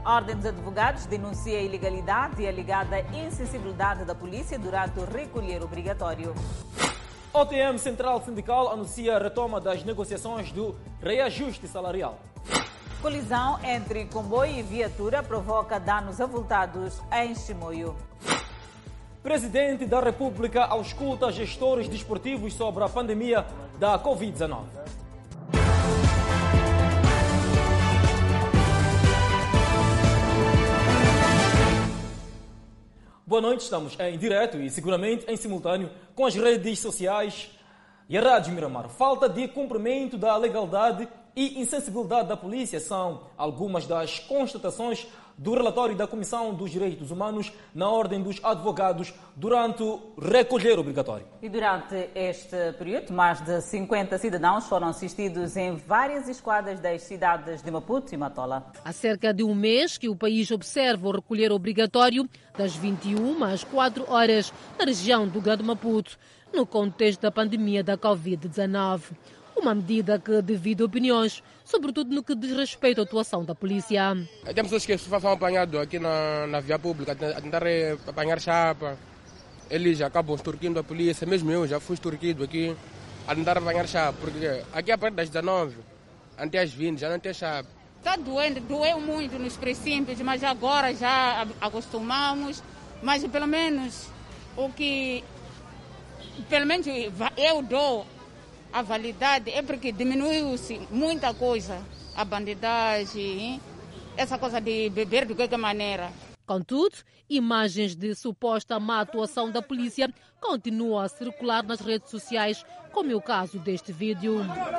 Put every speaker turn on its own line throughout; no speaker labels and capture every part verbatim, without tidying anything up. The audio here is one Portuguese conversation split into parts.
A Ordem dos Advogados denuncia a ilegalidade e a alegada insensibilidade da polícia durante o recolher obrigatório.
O T M Central Sindical anuncia a retoma das negociações do reajuste salarial.
Colisão entre comboio e viatura provoca danos avultados em Chimoio.
Presidente da República ausculta gestores desportivos sobre a pandemia da covid dezenove. Boa noite, estamos em direto e seguramente em simultâneo com as redes sociais e a Rádio Miramar. Falta de cumprimento da legalidade e insensibilidade da polícia são algumas das constatações do relatório da Comissão dos Direitos Humanos na Ordem dos Advogados durante o recolher obrigatório.
E durante este período, mais de cinquenta cidadãos foram assistidos em várias esquadras das cidades de Maputo e Matola.
Há cerca de um mês que o país observa o recolher obrigatório das vinte e uma às quatro horas na região do Grande Maputo, no contexto da pandemia da covid dezenove. Uma medida que divide opiniões, sobretudo no que diz respeito à atuação da polícia.
Tem pessoas que são apanhadas aqui na, na via pública, a tentar apanhar chapa. Eles acabam extorquindo a polícia, mesmo eu já fui extorquido aqui, a tentar apanhar chapa, porque aqui a partir das dezenove, até às vinte, já não tem chapa.
Está doendo, doeu muito nos princípios, mas agora já acostumamos, mas pelo menos o que, pelo menos eu dou a validade é porque diminuiu-se muita coisa, a bandidagem, essa coisa de beber de qualquer maneira.
Contudo, imagens de suposta má atuação da polícia continuam a circular nas redes sociais, como é o caso deste vídeo.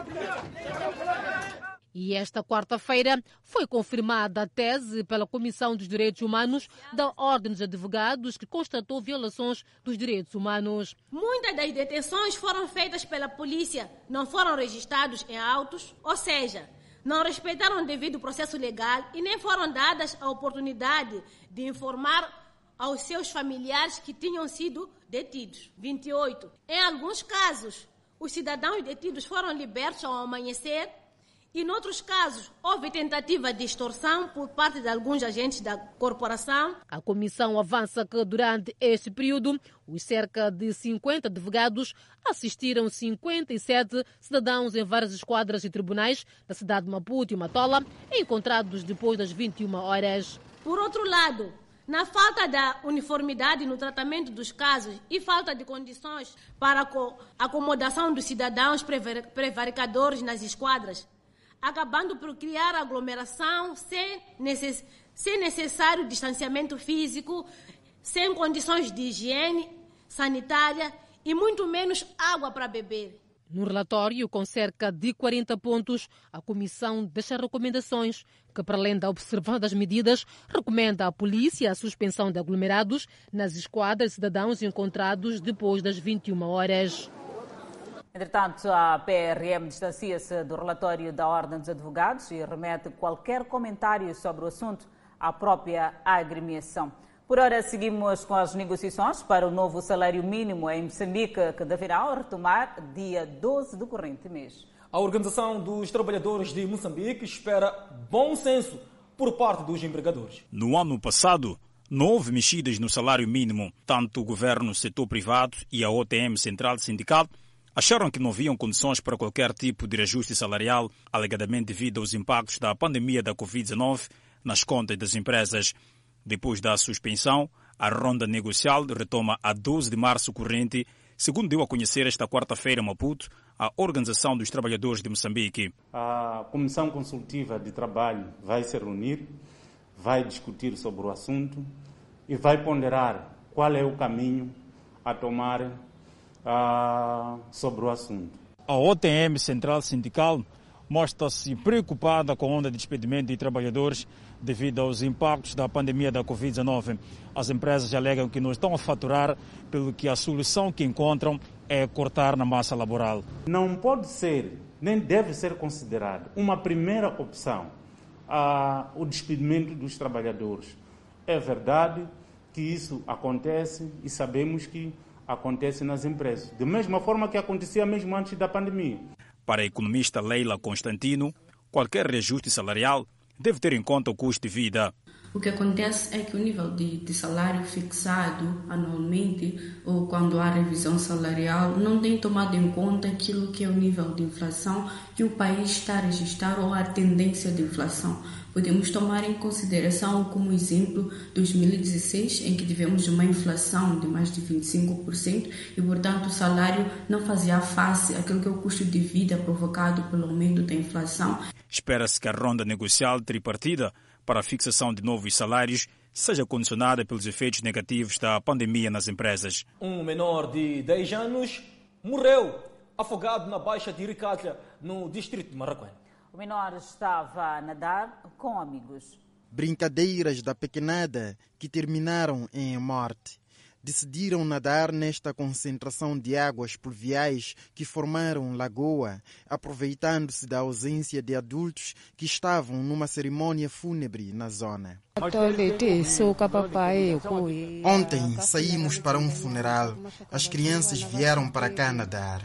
E esta quarta-feira foi confirmada a tese pela Comissão dos Direitos Humanos da Ordem dos Advogados, que constatou violações dos direitos humanos.
Muitas das detenções foram feitas pela polícia, não foram registrados em autos, ou seja, não respeitaram o devido processo legal e nem foram dadas a oportunidade de informar aos seus familiares que tinham sido detidos. vinte e oito. Em alguns casos, os cidadãos detidos foram libertos ao amanhecer. E, em outros casos, houve tentativa de extorsão por parte de alguns agentes da corporação.
A comissão avança que, durante este período, os cerca de cinquenta advogados assistiram cinquenta e sete cidadãos em várias esquadras e tribunais da cidade de Maputo e Matola, encontrados depois das vinte e uma horas.
Por outro lado, na falta da uniformidade no tratamento dos casos e falta de condições para a acomodação dos cidadãos prevaricadores nas esquadras, acabando por criar aglomeração sem, necess... sem necessário distanciamento físico, sem condições de higiene sanitária e muito menos água para beber.
No relatório, com cerca de quarenta pontos, a Comissão deixa recomendações que, para além da observância das medidas, recomenda à polícia a suspensão de aglomerados nas esquadras de cidadãos encontrados depois das vinte e uma horas.
Entretanto, a P R M distancia-se do relatório da Ordem dos Advogados e remete qualquer comentário sobre o assunto à própria agremiação. Por ora, seguimos com as negociações para o novo salário mínimo em Moçambique, que deverá retomar dia doze do corrente mês.
A Organização dos Trabalhadores de Moçambique espera bom senso por parte dos empregadores.
No ano passado, não houve mexidas no salário mínimo. Tanto o governo, o setor privado e a O T M Central Sindical acharam que não haviam condições para qualquer tipo de reajuste salarial, alegadamente devido aos impactos da pandemia da covid dezenove nas contas das empresas. Depois da suspensão, a ronda negocial retoma a doze de março corrente, segundo deu a conhecer esta quarta-feira em Maputo a Organização dos Trabalhadores de Moçambique.
A Comissão Consultiva de Trabalho vai se reunir, vai discutir sobre o assunto e vai ponderar qual é o caminho a tomar uh, sobre o assunto.
A O T M Central Sindical mostra-se preocupada com a onda de despedimento de trabalhadores devido aos impactos da pandemia da covid dezenove. As empresas alegam que não estão a faturar, pelo que a solução que encontram é cortar na massa laboral.
Não pode ser, nem deve ser considerado uma primeira opção uh, o despedimento dos trabalhadores. É verdade que isso acontece e sabemos que acontece nas empresas, da mesma forma que acontecia mesmo antes da pandemia.
Para a economista Leila Constantino, qualquer reajuste salarial deve ter em conta o custo de vida.
O que acontece é que o nível de, de salário fixado anualmente ou quando há revisão salarial não tem tomado em conta aquilo que é o nível de inflação que o país está a registrar ou a tendência de inflação. Podemos tomar em consideração como exemplo dois mil e dezesseis, em que tivemos uma inflação de mais de vinte e cinco por cento e, portanto, o salário não fazia face àquilo que é o custo de vida provocado pelo aumento da inflação.
Espera-se que a ronda negocial tripartida para a fixação de novos salários seja condicionada pelos efeitos negativos da pandemia nas empresas.
Um menor de dez anos morreu afogado na Baixa de Iricatla, no distrito de Marraquém.
O menor estava a nadar com amigos.
Brincadeiras da pequenada que terminaram em morte. Decidiram nadar nesta concentração de águas pluviais que formaram lagoa, aproveitando-se da ausência de adultos que estavam numa cerimônia fúnebre na zona. Ontem saímos para um funeral. As crianças vieram para cá nadar.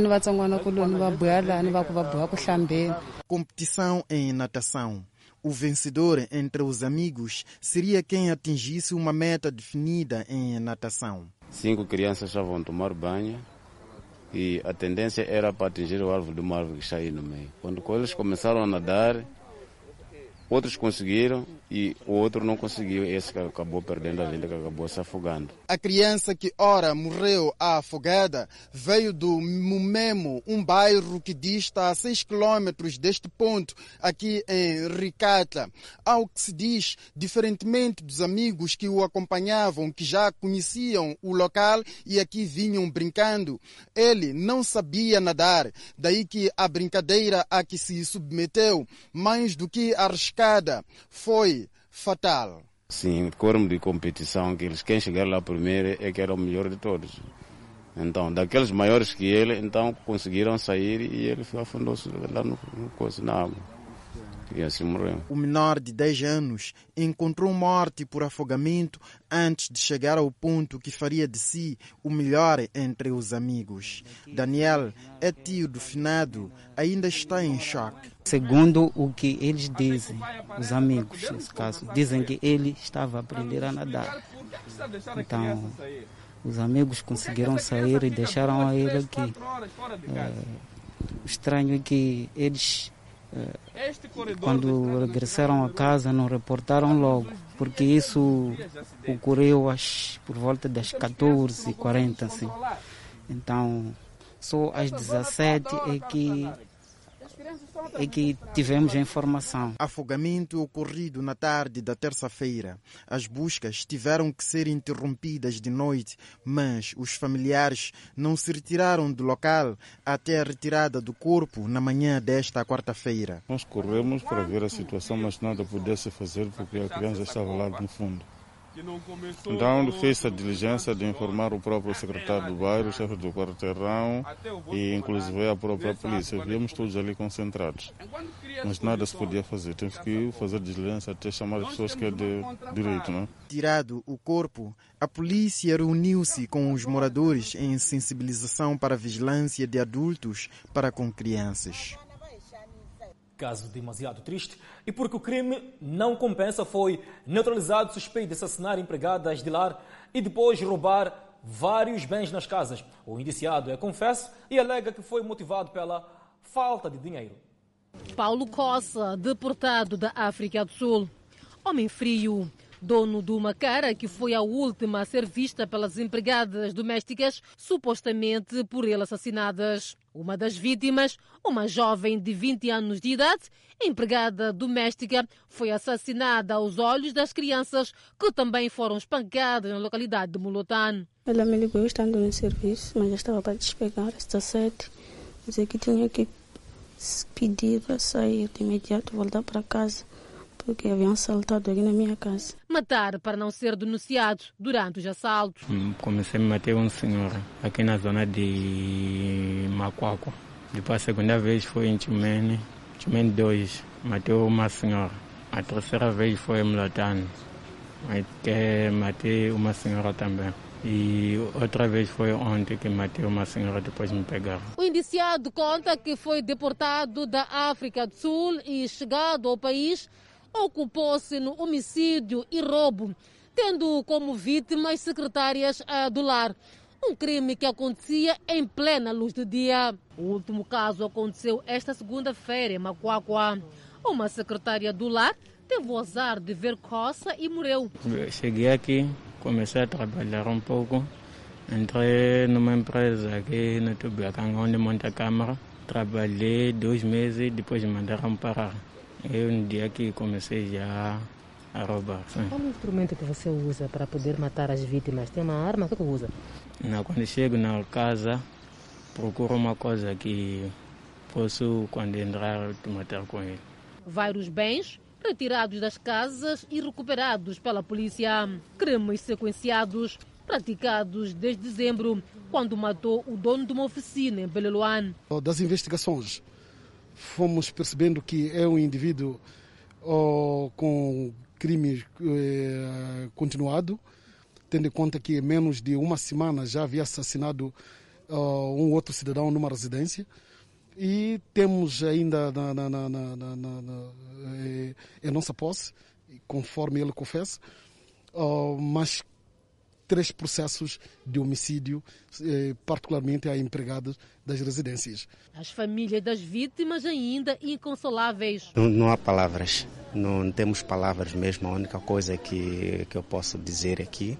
Competição em natação. O vencedor entre os amigos seria quem atingisse uma meta definida em natação.
Cinco crianças estavam a tomar banho e a tendência era para atingir o alvo de uma árvore que está aí no meio. Quando eles começaram a nadar, outros conseguiram e o outro não conseguiu. Esse que acabou perdendo a vida, que acabou se afogando.
A criança que ora morreu afogada veio do Mumemo, um bairro que dista a seis quilômetros deste ponto, aqui em Ricatla. Ao que se diz, diferentemente dos amigos que o acompanhavam, que já conheciam o local e aqui vinham brincando, ele não sabia nadar. Daí que a brincadeira a que se submeteu, mais do que arriscada, foi fatal.
Sim, cormo de competição, que eles quem chegar lá primeiro é que era o melhor de todos. Então, daqueles maiores que ele, então conseguiram sair e ele afundou-se lá no, no coisa, na água. E assim morreu.
O menor de dez anos encontrou morte por afogamento antes de chegar ao ponto que faria de si o melhor entre os amigos. Daniel é tio do finado, ainda está em choque.
Segundo o que eles dizem, os amigos, nesse caso, dizem que ele estava a aprender a nadar. Então, os amigos conseguiram sair e deixaram ele aqui. É, o estranho é que eles... quando regressaram a casa não reportaram logo, porque isso ocorreu às, por volta das catorze e quarenta, assim. Então, só às dezassete é que, é que tivemos a informação.
Afogamento ocorrido na tarde da terça-feira. As buscas tiveram que ser interrompidas de noite, mas os familiares não se retiraram do local até a retirada do corpo na manhã desta quarta-feira.
Nós corremos para ver a situação, mas nada pudesse fazer porque a criança estava lá no fundo. Então fez a diligência de informar o próprio secretário do bairro, o chefe do quarteirão e inclusive a própria polícia. Viemos todos ali concentrados, mas nada se podia fazer. Temos que fazer diligência até chamar as pessoas que é de direito, não?
Tirado o corpo, a polícia reuniu-se com os moradores em sensibilização para a vigilância de adultos para com crianças.
Caso demasiado triste, e porque o crime não compensa, foi neutralizado suspeito de assassinar empregadas de lar e depois roubar vários bens nas casas. O indiciado é confesso e alega que foi motivado pela falta de dinheiro.
Paulo Coça, deportado da África do Sul. Homem frio, dono de uma cara que foi a última a ser vista pelas empregadas domésticas, supostamente por ele assassinadas. Uma das vítimas, uma jovem de vinte anos de idade, empregada doméstica, foi assassinada aos olhos das crianças que também foram espancadas na localidade de Mulotano.
Ela me ligou estando no serviço, mas já estava para despegar às dezessete. Dizia que tinha que pedir para sair de imediato, voltar para casa, porque haviam assaltado aqui na minha casa.
Matar para não ser denunciado durante os assaltos.
Comecei a matar um senhor aqui na zona de Macuaco. Depois a segunda vez foi em Timene, Timene dois, matei uma senhora. A terceira vez foi em Mulotano, que matei uma senhora também. E outra vez foi ontem que matei uma senhora, depois me pegaram.
O indiciado conta que foi deportado da África do Sul e chegado ao país ocupou-se no homicídio e roubo, tendo como vítimas secretárias do lar. Um crime que acontecia em plena luz do dia. O último caso aconteceu esta segunda-feira em Macuacua. Uma secretária do lar teve o azar de ver coça e morreu.
Eu cheguei aqui, comecei a trabalhar um pouco. Entrei numa empresa aqui no Tubiacanga, onde monta a câmara. Trabalhei dois meses e depois me mandaram parar. Eu, no dia que comecei já a roubar. Sim.
Qual é o instrumento que você usa para poder matar as vítimas? Tem uma arma? O que você usa?
Não, quando chego na casa, procuro uma coisa que posso, quando entrar, matar com ele.
Vários bens retirados das casas e recuperados pela polícia. Crimes sequenciados praticados desde dezembro, quando matou o dono de uma oficina em Beleloane.
Das investigações, fomos percebendo que é um indivíduo oh, com crime eh, continuado, tendo em conta que em menos de uma semana já havia assassinado oh, um outro cidadão numa residência. E temos ainda na, na, na, na, na, na, em nossa posse, conforme ele confessa, oh, mas três processos de homicídio, eh, particularmente a empregados das residências.
As famílias das vítimas ainda inconsoláveis.
Não, não há palavras, não temos palavras mesmo. A única coisa que, que eu posso dizer aqui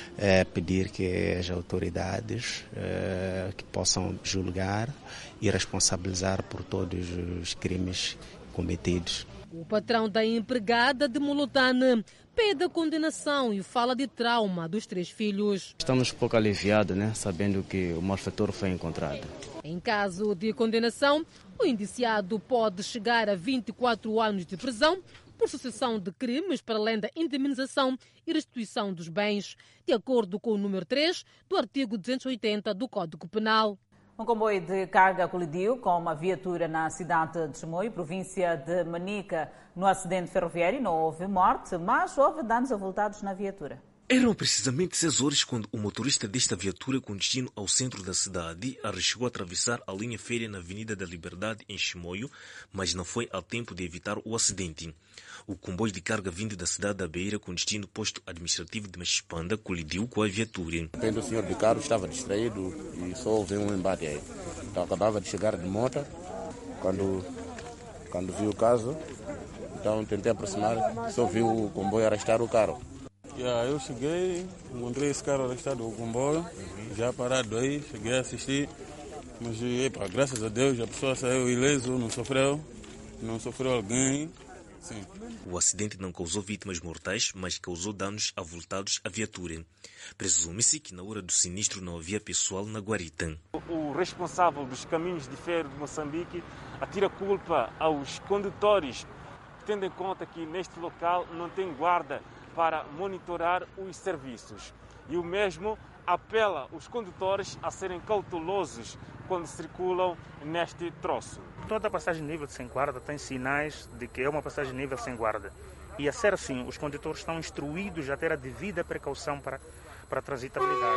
é pedir que as autoridades eh, que possam julgar e responsabilizar por todos os crimes cometidos.
O patrão da empregada de Mulutane pede a condenação e fala de trauma dos três filhos.
Estamos um pouco aliviados, né, sabendo que o malfeitor foi encontrado.
Em caso de condenação, o indiciado pode chegar a vinte e quatro anos de prisão por sucessão de crimes para além da indemnização e restituição dos bens, de acordo com o número três do artigo duzentos e oitenta do Código Penal.
Um comboio de carga colidiu com uma viatura na cidade de Chimoio, província de Manica. No acidente ferroviário não houve morte, mas houve danos avultados na viatura.
Eram precisamente seis horas quando o motorista desta viatura com destino ao centro da cidade arriscou atravessar a linha férrea na Avenida da Liberdade, em Chimoio, mas não foi a tempo de evitar o acidente. O comboio de carga vindo da cidade da Beira com destino posto administrativo de Machipanda colidiu com a viatura.
O senhor de carro estava distraído e só houve um embate aí. Então acabava de chegar de moto, quando, quando vi o caso, então tentei aproximar, só vi o comboio arrastar o carro.
Yeah, eu cheguei, encontrei esse carro arrastado o comboio, uhum. já parado aí, cheguei a assistir, mas epa, graças a Deus a pessoa saiu ileso, não sofreu, não sofreu alguém. Sim.
O acidente não causou vítimas mortais, mas causou danos avultados à viatura. Presume-se que na hora do sinistro não havia pessoal na guarita.
O responsável dos caminhos de ferro de Moçambique atira culpa aos condutores, tendo em conta que neste local não tem guarda para monitorar os serviços. E o mesmo apela os condutores a serem cautelosos quando circulam neste troço.
Toda a passagem nível sem guarda tem sinais de que é uma passagem nível sem guarda. E a ser assim, os condutores estão instruídos a ter a devida precaução para, para a transitabilidade.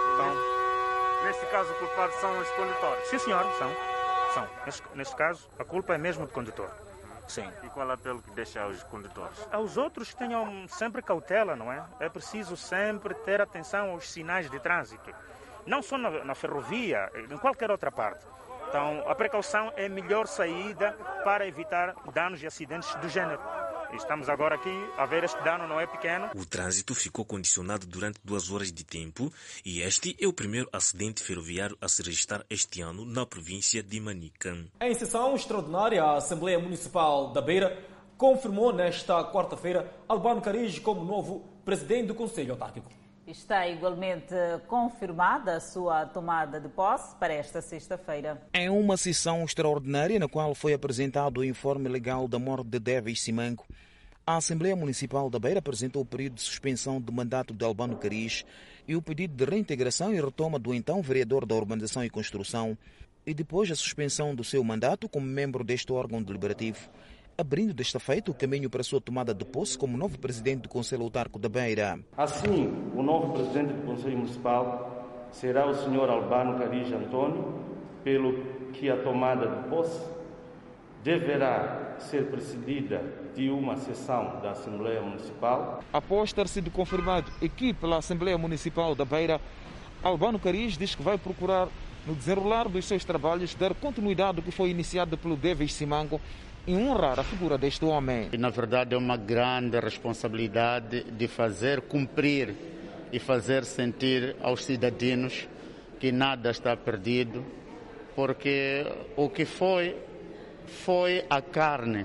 Então, neste caso, os culpados são os condutores?
Sim, senhor, são. são. Neste, neste caso, a culpa é mesmo do condutor. Sim.
E qual é o apelo que deixa aos condutores?
Aos outros tenham sempre cautela, não é? É preciso sempre ter atenção aos sinais de trânsito. Não só na, na ferrovia, em qualquer outra parte. Então, a precaução é a melhor saída para evitar danos e acidentes do género. Estamos agora aqui a ver este dano, não é pequeno.
O trânsito ficou condicionado durante duas horas de tempo e este é o primeiro acidente ferroviário a se registrar este ano na província de Manica.
Em sessão extraordinária, a Assembleia Municipal da Beira confirmou nesta quarta-feira Albano Carige como novo presidente do Conselho Autárquico.
Está igualmente confirmada a sua tomada de posse para esta sexta-feira.
Em uma sessão extraordinária na qual foi apresentado o informe legal da morte de Devis Simango, a Assembleia Municipal da Beira apresentou o período de suspensão do mandato de Albano Carige e o pedido de reintegração e retoma do então vereador da Urbanização e Construção e depois a suspensão do seu mandato como membro deste órgão deliberativo, abrindo desta feita o caminho para a sua tomada de posse como novo presidente do Conselho Autárquico da Beira.
Assim, o novo presidente do Conselho Municipal será o senhor Albano Carige Antônio, pelo que a tomada de posse deverá ser precedida de uma sessão da Assembleia Municipal.
Após ter sido confirmado aqui pela Assembleia Municipal da Beira, Albano Caris diz que vai procurar, no desenrolar dos seus trabalhos, dar continuidade ao que foi iniciado pelo Davis Simango e honrar a figura deste homem.
E, na verdade, é uma grande responsabilidade de fazer cumprir e fazer sentir aos cidadãos que nada está perdido, porque o que foi, foi a carne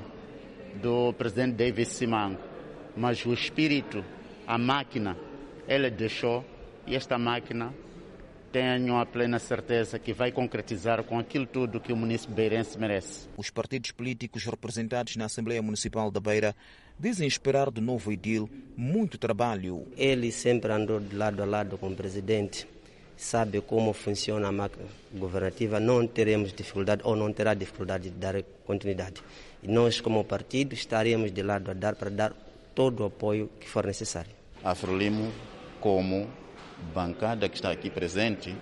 do presidente Davis Simango, mas o espírito, a máquina, ele deixou, e esta máquina tenho a plena certeza que vai concretizar com aquilo tudo que o município beirense merece.
Os partidos políticos representados na Assembleia Municipal da Beira dizem esperar do novo edil muito trabalho.
Ele sempre andou de lado a lado com o presidente, sabe como funciona a máquina governativa, não teremos dificuldade ou não terá dificuldade de dar continuidade. E nós, como partido, estaremos de lado a dar para dar todo o apoio que for necessário.
A Frelimo, como bancada que está aqui presente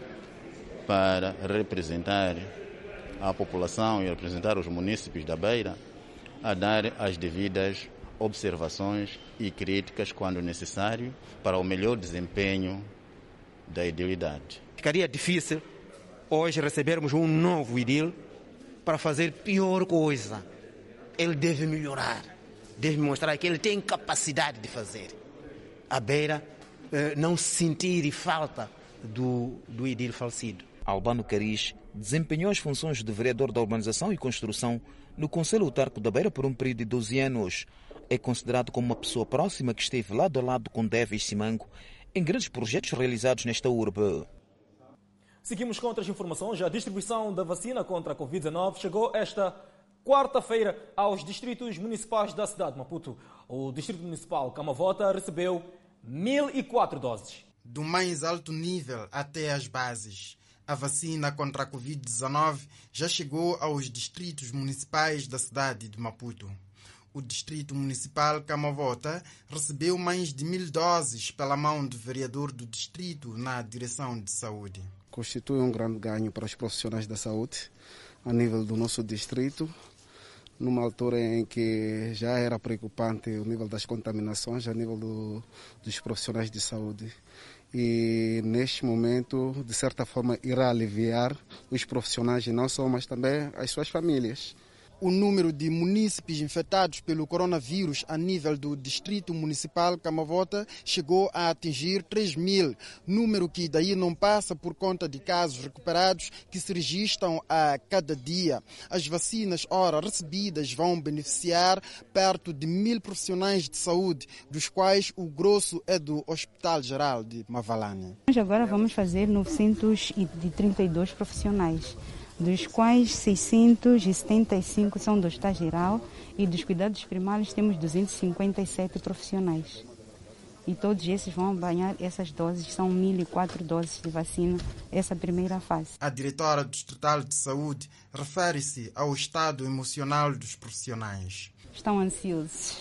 para representar a população e representar os munícipes da Beira, a dar as devidas observações e críticas quando necessário para o melhor desempenho da idilidade.
Ficaria difícil hoje recebermos um novo idil para fazer pior coisa. Ele deve melhorar, deve mostrar que ele tem capacidade de fazer. A Beira não sentir falta do, do edil falecido.
Albano Caris desempenhou as funções de vereador da Urbanização e Construção no Conselho Autárquico da Beira por um período de doze anos. É considerado como uma pessoa próxima que esteve lado a lado com Davis Simango em grandes projetos realizados nesta urbe.
Seguimos com outras informações. A distribuição da vacina contra a covid dezenove chegou esta quarta-feira aos distritos municipais da cidade de Maputo. O Distrito Municipal Camavota recebeu mil e quatro doses.
Do mais alto nível até as bases. A vacina contra a covid dezenove já chegou aos distritos municipais da cidade de Maputo. O Distrito Municipal Camavota recebeu mais de mil doses pela mão do vereador do distrito na direção de saúde.
Constitui um grande ganho para os profissionais da saúde a nível do nosso distrito, numa altura em que já era preocupante o nível das contaminações a nível do, dos profissionais de saúde. E neste momento, de certa forma, irá aliviar os profissionais e não só, mas também as suas famílias.
O número de munícipes infectados pelo coronavírus a nível do Distrito Municipal Camavota chegou a atingir três mil, número que daí não passa por conta de casos recuperados que se registram a cada dia. As vacinas, ora recebidas, vão beneficiar perto de mil profissionais de saúde, dos quais o grosso é do Hospital Geral de Mavalane.
Nós agora vamos fazer novecentos e trinta e dois profissionais, dos quais seiscentos e setenta e cinco são do Hospital Geral e dos cuidados primários temos duzentos e cinquenta e sete profissionais. E todos esses vão banhar essas doses, são mil e quatro doses de vacina, essa primeira fase.
A diretora distrital de saúde refere-se ao estado emocional dos profissionais.
Estão ansiosos.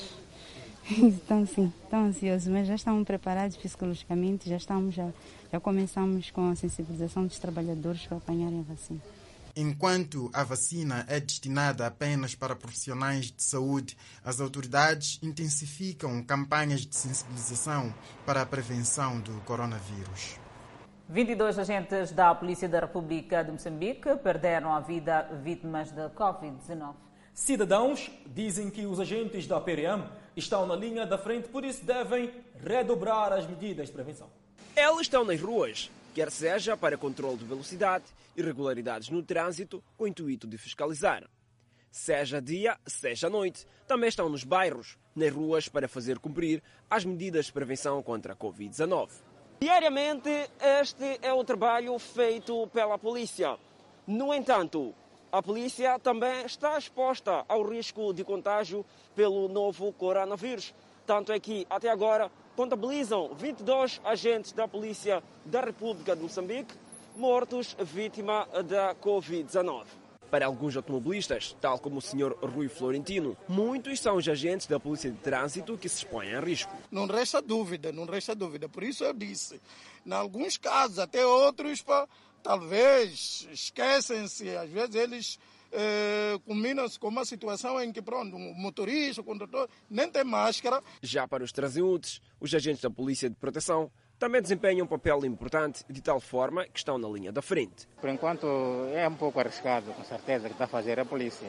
Estão sim, estão ansiosos, mas já estão preparados psicologicamente, já, estamos, já, já começamos com a sensibilização dos trabalhadores para apanharem a vacina.
Enquanto a vacina é destinada apenas para profissionais de saúde, as autoridades intensificam campanhas de sensibilização para a prevenção do coronavírus.
vinte e dois agentes da Polícia da República de Moçambique perderam a vida vítimas da covid dezenove.
Cidadãos dizem que os agentes da P R M estão na linha da frente, por isso devem redobrar as medidas de prevenção.
Eles estão nas ruas, quer seja para controle de velocidade, irregularidades no trânsito, com o intuito de fiscalizar. Seja dia, seja noite, também estão nos bairros, nas ruas, para fazer cumprir as medidas de prevenção contra a covid dezenove. Diariamente, este é o trabalho feito pela polícia. No entanto, a polícia também está exposta ao risco de contágio pelo novo coronavírus. Tanto é que, até agora, contabilizam vinte e dois agentes da Polícia da República de Moçambique mortos vítima da covid dezenove. Para alguns automobilistas, tal como o senhor Rui Florentino, muitos são os agentes da Polícia de Trânsito que se expõem a risco.
Não resta dúvida, não resta dúvida. Por isso eu disse, em alguns casos, até outros, pá, talvez esquecem-se, às vezes eles eh, combina-se com uma situação em que, pronto, o motorista, o condutor, nem tem máscara.
Já para os transeuntes, os agentes da Polícia de Proteção também desempenham um papel importante, de tal forma que estão na linha da frente.
Por enquanto é um pouco arriscado, com certeza, que está a fazer a polícia,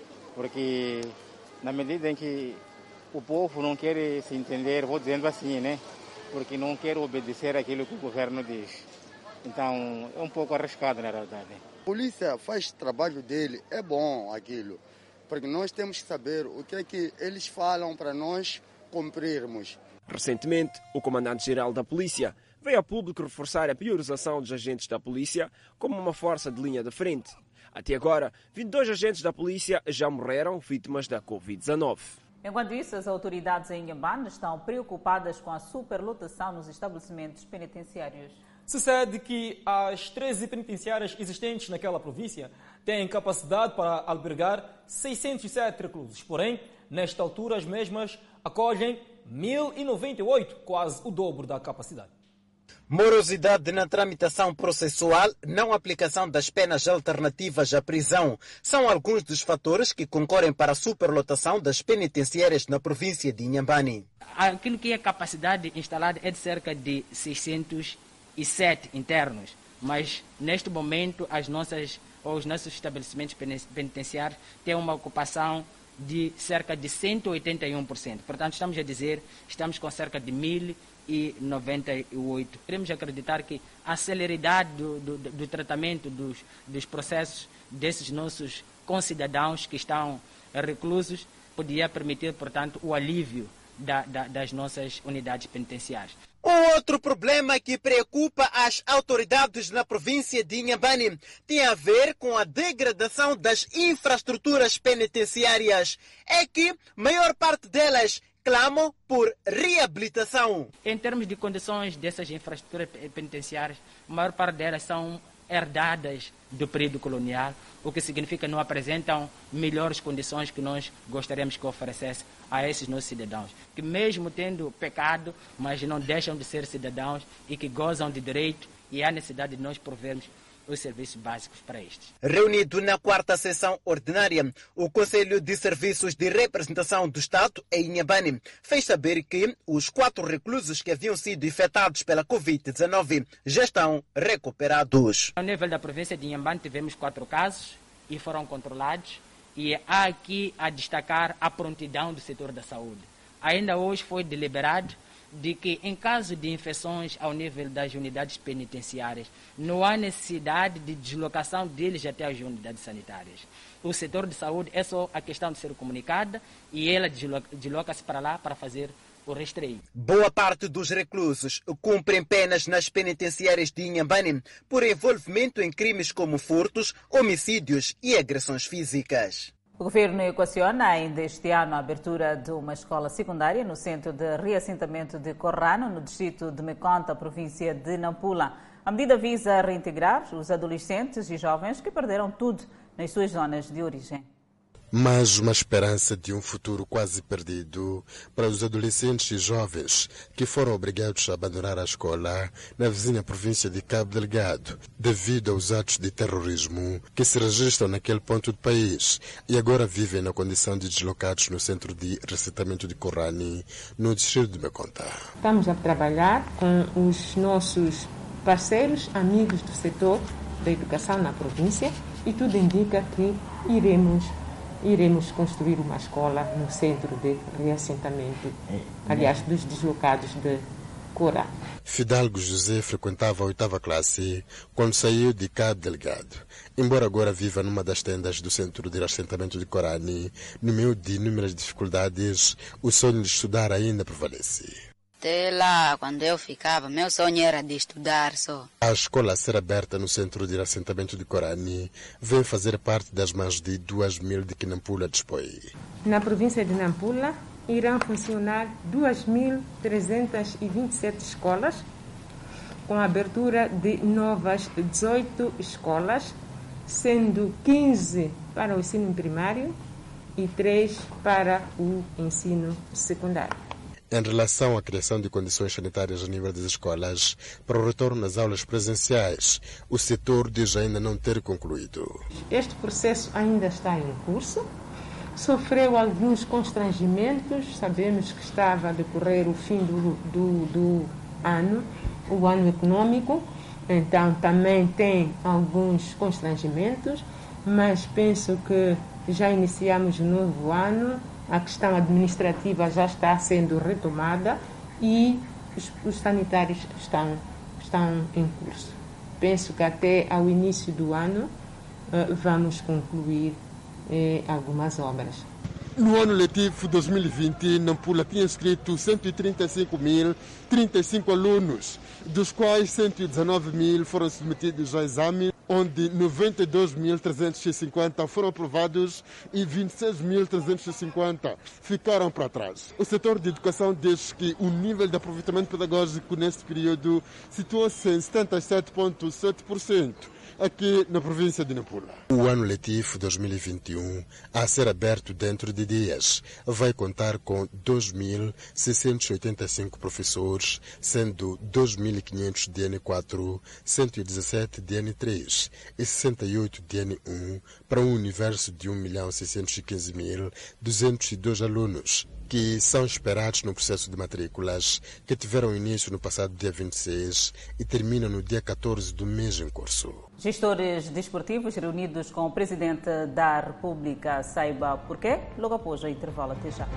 porque na medida em que o povo não quer se entender, vou dizendo assim, né? Porque não quer obedecer aquilo que o governo diz. Então é um pouco arriscado, na realidade.
A polícia faz o trabalho dele, é bom aquilo, porque nós temos que saber o que é que eles falam para nós cumprirmos.
Recentemente, o comandante-geral da polícia veio a público reforçar a priorização dos agentes da polícia como uma força de linha de frente. Até agora, vinte e dois agentes da polícia já morreram vítimas da covid dezenove.
Enquanto isso, as autoridades em Inhambane estão preocupadas com a superlotação nos estabelecimentos penitenciários.
Sucede que as treze penitenciárias existentes naquela província têm capacidade para albergar seiscentos e sete reclusos. Porém, nesta altura, as mesmas acolhem mil e noventa e oito, quase o dobro da capacidade.
Morosidade na tramitação processual, não aplicação das penas alternativas à prisão, são alguns dos fatores que concorrem para a superlotação das penitenciárias na província de Inhambane.
Aquilo que é capacidade instalada é de cerca de seiscentos e sete internos, mas neste momento as nossas, os nossos estabelecimentos penitenciários têm uma ocupação de cerca de cento e oitenta e um por cento. Portanto, estamos a dizer, estamos com cerca de mil e noventa e oito. Queremos acreditar que a celeridade do, do, do tratamento dos, dos processos desses nossos concidadãos que estão reclusos poderia permitir, portanto, o alívio da, da, das nossas unidades penitenciárias.
O outro problema que preocupa as autoridades na província de Inhambane tem a ver com a degradação das infraestruturas penitenciárias. É que a maior parte delas clamam por reabilitação.
Em termos de condições dessas infraestruturas penitenciárias, a maior parte delas são herdadas do período colonial, o que significa que não apresentam melhores condições que nós gostaríamos que oferecesse a esses nossos cidadãos, que mesmo tendo pecado, mas não deixam de ser cidadãos e que gozam de direito, e há necessidade de nós provermos os serviços básicos para estes.
Reunido na quarta sessão ordinária, o Conselho de Serviços de Representação do Estado em Inhambane fez saber que os quatro reclusos que haviam sido infectados pela covid dezenove já estão recuperados.
Ao nível da província de Inhambane tivemos quatro casos e foram controlados, e há aqui a destacar a prontidão do setor da saúde. Ainda hoje foi deliberado de que, em caso de infecções ao nível das unidades penitenciárias, não há necessidade de deslocação deles até as unidades sanitárias. O setor de saúde é só a questão de ser comunicada e ela desloca-se para lá para fazer o rastreio.
Boa parte dos reclusos cumprem penas nas penitenciárias de Inhambane por envolvimento em crimes como furtos, homicídios e agressões físicas.
O governo equaciona ainda este ano a abertura de uma escola secundária no centro de reassentamento de Corrano, no distrito de Meconta, província de Nampula. A medida visa reintegrar os adolescentes e jovens que perderam tudo nas suas zonas de origem.
Mas uma esperança de um futuro quase perdido para os adolescentes e jovens que foram obrigados a abandonar a escola na vizinha província de Cabo Delgado devido aos atos de terrorismo que se registram naquele ponto do país e agora vivem na condição de deslocados no centro de reassentamento de Corrani, no distrito de Meconta.
Estamos a trabalhar com os nossos parceiros, amigos do setor da educação na província e tudo indica que iremos Iremos construir uma escola no centro de reassentamento, aliás, dos deslocados de Corá.
Fidalgo José frequentava a oitava classe quando saiu de Cabo Delgado. Embora agora viva numa das tendas do centro de reassentamento de Corani, no meio de inúmeras dificuldades, o sonho de estudar ainda prevalece.
Até lá, quando eu ficava, meu sonho era de estudar só.
A escola a ser aberta no centro de assentamento de Corani vem fazer parte das mais de duas mil de que Nampula dispõe.
Na província de Nampula irão funcionar duas mil trezentas e vinte e sete escolas, com a abertura de novas dezoito escolas, sendo quinze para o ensino primário e três para o ensino secundário.
em relação à criação de condições sanitárias a nível das escolas para o retorno às aulas presenciais. O setor diz ainda não ter concluído.
Este processo ainda está em curso. Sofreu alguns constrangimentos. Sabemos que estava a decorrer o fim do, do, do ano, o ano econômico. Então também tem alguns constrangimentos, mas penso que já iniciamos o novo ano. A questão administrativa já está sendo retomada e os, os sanitários estão, estão em curso. Penso que até ao início do ano uh, vamos concluir eh, algumas obras.
No ano letivo dois mil e vinte, Nampula tinha inscrito cento e trinta e cinco mil e trinta e cinco alunos, dos quais cento e dezenove mil foram submetidos ao exame, onde noventa e dois mil trezentos e cinquenta foram aprovados e vinte e seis mil trezentos e cinquenta ficaram para trás. O setor de educação diz que o nível de aproveitamento pedagógico neste período situou-se em setenta e sete vírgula sete por cento. Aqui na província de Nampula. O ano letivo dois mil e vinte e um, a ser aberto dentro de dias, vai contar com dois mil seiscentos e oitenta e cinco professores, sendo dois mil e quinhentos de N quatro, cento e dezessete de N três e sessenta e oito de N um, para um universo de um milhão seiscentos e quinze mil duzentos e dois alunos, que são esperados no processo de matrículas, que tiveram início no passado dia vinte e seis e terminam no dia catorze do mês em curso.
Gestores desportivos reunidos com o Presidente da República, saiba porquê, logo após o intervalo. Até já.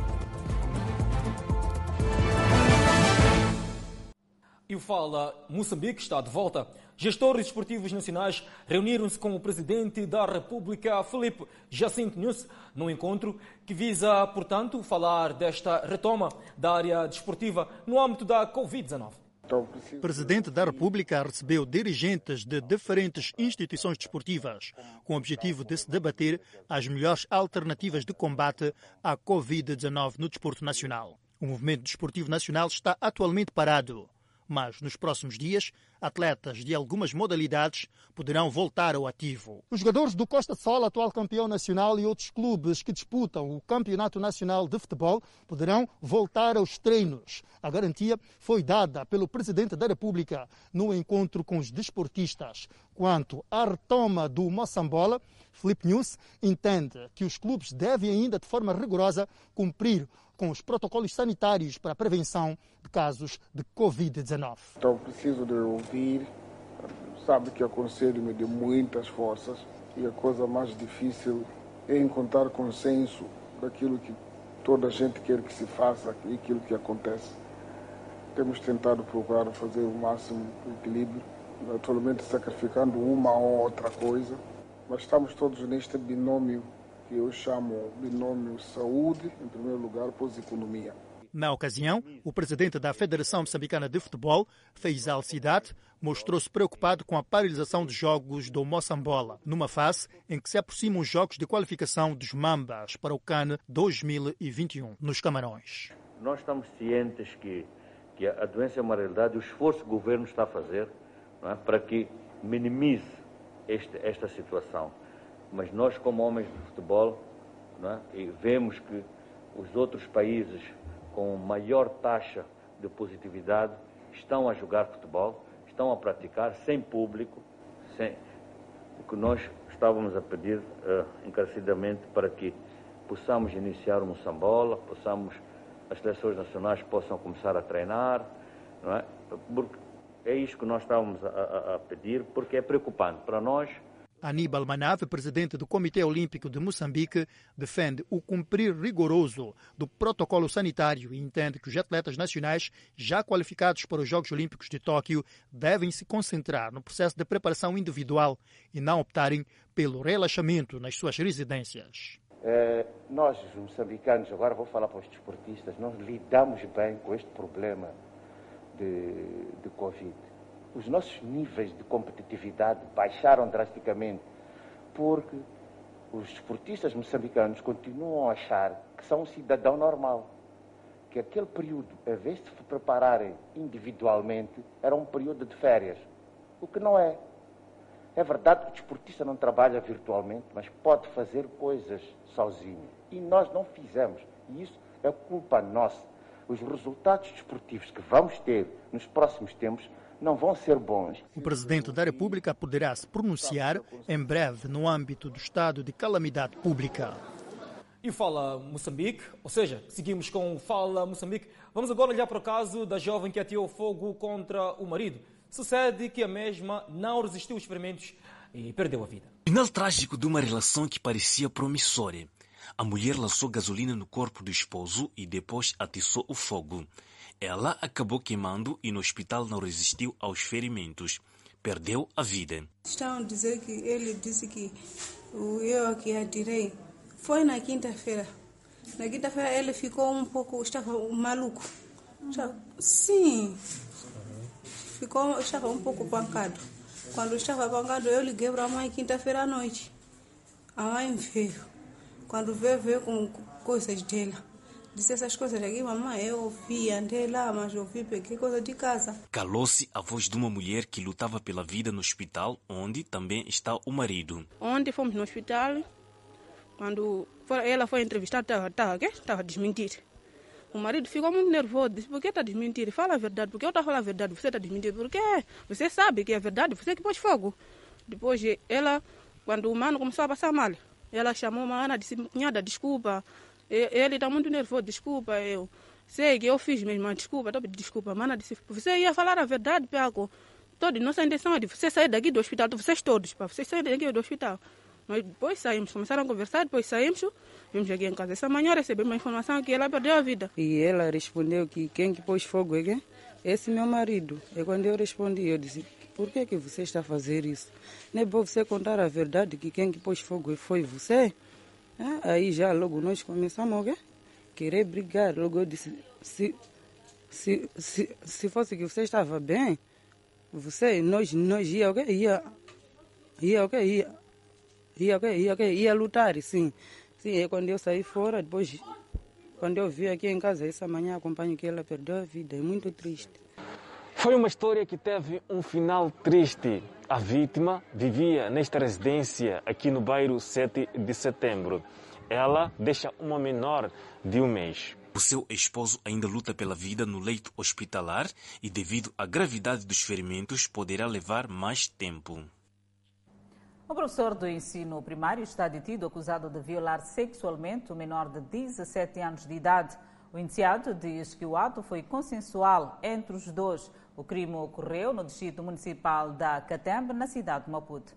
E o Fala Moçambique está de volta. Gestores desportivos nacionais reuniram-se com o Presidente da República, Filipe Jacinto Nunes, num encontro que visa, portanto, falar desta retoma da área desportiva no âmbito da covid dezenove.
O Presidente da República recebeu dirigentes de diferentes instituições desportivas com o objetivo de se debater as melhores alternativas de combate à covid dezenove no desporto nacional. O movimento desportivo nacional está atualmente parado, mas nos próximos dias, atletas de algumas modalidades poderão voltar ao ativo. Os jogadores do Costa Sol, atual campeão nacional, e outros clubes que disputam o Campeonato Nacional de Futebol poderão voltar aos treinos. A garantia foi dada pelo Presidente da República no encontro com os desportistas. Quanto à retoma do Moçambola, Filipe Nunes entende que os clubes devem ainda, de forma rigorosa, cumprir com os protocolos sanitários para a prevenção de casos de covid dezenove.
Então preciso de ouvir, sabe que o Conselho me deu muitas forças e a coisa mais difícil é encontrar consenso daquilo que toda a gente quer que se faça e aquilo que acontece. Temos tentado procurar fazer o máximo de equilíbrio, naturalmente sacrificando uma ou outra coisa, mas estamos todos neste binômio que eu chamo binômio saúde, em primeiro lugar, pós economia.
Na ocasião, o presidente da Federação Moçambicana de Futebol, Feisal Cidade, mostrou-se preocupado com a paralisação dos jogos do Moçambola, numa fase em que se aproximam os jogos de qualificação dos Mambas para o CAN dois mil e vinte e um, nos Camarões.
Nós estamos cientes que, que a doença é uma realidade e o esforço que o governo está a fazer, não é, para que minimize este, esta situação. Mas nós, como homens de futebol, não é, e vemos que os outros países com maior taxa de positividade estão a jogar futebol, estão a praticar sem público, sem... o que nós estávamos a pedir uh, encarecidamente para que possamos iniciar o Moçambola, possamos, as seleções nacionais possam começar a treinar, não é? Porque é isso que nós estávamos a, a, a pedir, porque é preocupante para nós.
Aníbal Manave, presidente do Comitê Olímpico de Moçambique, defende o cumprir rigoroso do protocolo sanitário e entende que os atletas nacionais já qualificados para os Jogos Olímpicos de Tóquio devem se concentrar no processo de preparação individual e não optarem pelo relaxamento nas suas residências.
É, nós, os moçambicanos, agora vou falar para os desportistas, nós lidamos bem com este problema de, de Covid. Os nossos níveis de competitividade baixaram drasticamente porque os desportistas moçambicanos continuam a achar que são um cidadão normal, que aquele período, em vez de se prepararem individualmente, era um período de férias, o que não é. É verdade que o desportista não trabalha virtualmente, mas pode fazer coisas sozinho. E nós não fizemos. E isso é culpa nossa. os resultados desportivos que vamos ter nos próximos tempos não vão ser bons.
O Presidente da República poderá se pronunciar em breve no âmbito do estado de calamidade pública.
E Fala Moçambique, ou seja, seguimos com Fala Moçambique. Vamos agora olhar para o caso da jovem que ateou fogo contra o marido. Sucede que a mesma não resistiu aos experimentos e perdeu a vida.
Final trágico de uma relação que parecia promissória. A mulher lançou gasolina no corpo do esposo e depois atiçou o fogo. Ela acabou queimando e no hospital não resistiu aos ferimentos. Perdeu a vida.
Estão a dizer que ele disse que eu que atirei. Foi na quinta-feira. Na quinta-feira ele ficou um pouco, estava maluco. Sim, ficou, estava um pouco pancado. Quando estava pancado, eu liguei para a mãe quinta-feira à noite. A mãe veio. Quando veio, veio com coisas dela. Disse essas coisas aqui, mamãe, eu ouvi, andei lá, mas eu vi, peguei coisa de casa.
Calou-se a voz de uma mulher que lutava pela vida no hospital, onde também está o marido.
Ontem fomos no hospital, quando ela foi entrevistada, estava, estava, estava a desmentir. O marido ficou muito nervoso, disse, por que está a desmentir? Fala a verdade, porque eu estou a falar a verdade, você está a desmentir. Por quê? Você sabe que é verdade, você que pôs fogo. Depois ela, quando o mano começou a passar mal, ela chamou a Ana e disse, cunhada, desculpa, ele está muito nervoso, desculpa, eu sei que eu fiz mesmo, mas desculpa, desculpa. A Ana disse, você ia falar a verdade, Piaco. Toda nossa intenção é de você sair daqui do hospital, vocês todos, para vocês saírem daqui do hospital. Nós depois saímos, começaram a conversar, depois saímos, vimos aqui em casa. Essa manhã recebemos uma informação que ela perdeu a vida.
E ela respondeu que quem que pôs fogo é quem? Esse meu marido. E quando eu respondi, eu disse, por que que você está a fazer isso? Não é bom você contar a verdade que quem que pôs fogo foi você? Ah, aí já logo nós começamos a okay? querer brigar. Logo eu disse, se, se, se, se fosse que você estava bem, você, nós, nós ia, okay? ia, ia, okay? ia, ia, okay? ia, okay? ia lutar, sim. Sim, é quando eu saí fora, depois, quando eu vi aqui em casa, essa manhã acompanho que ela perdeu a vida, é muito triste.
Foi uma história que teve um final triste. A vítima vivia nesta residência aqui no bairro sete de setembro. Ela deixa uma menor de um mês.
O seu esposo ainda luta pela vida no leito hospitalar e, devido à gravidade dos ferimentos, poderá levar mais tempo.
O professor do ensino primário está detido acusado de violar sexualmente o menor de dezessete anos de idade. O indiciado diz que o ato foi consensual entre os dois. O crime ocorreu no distrito municipal da Catembe, na cidade de Maputo.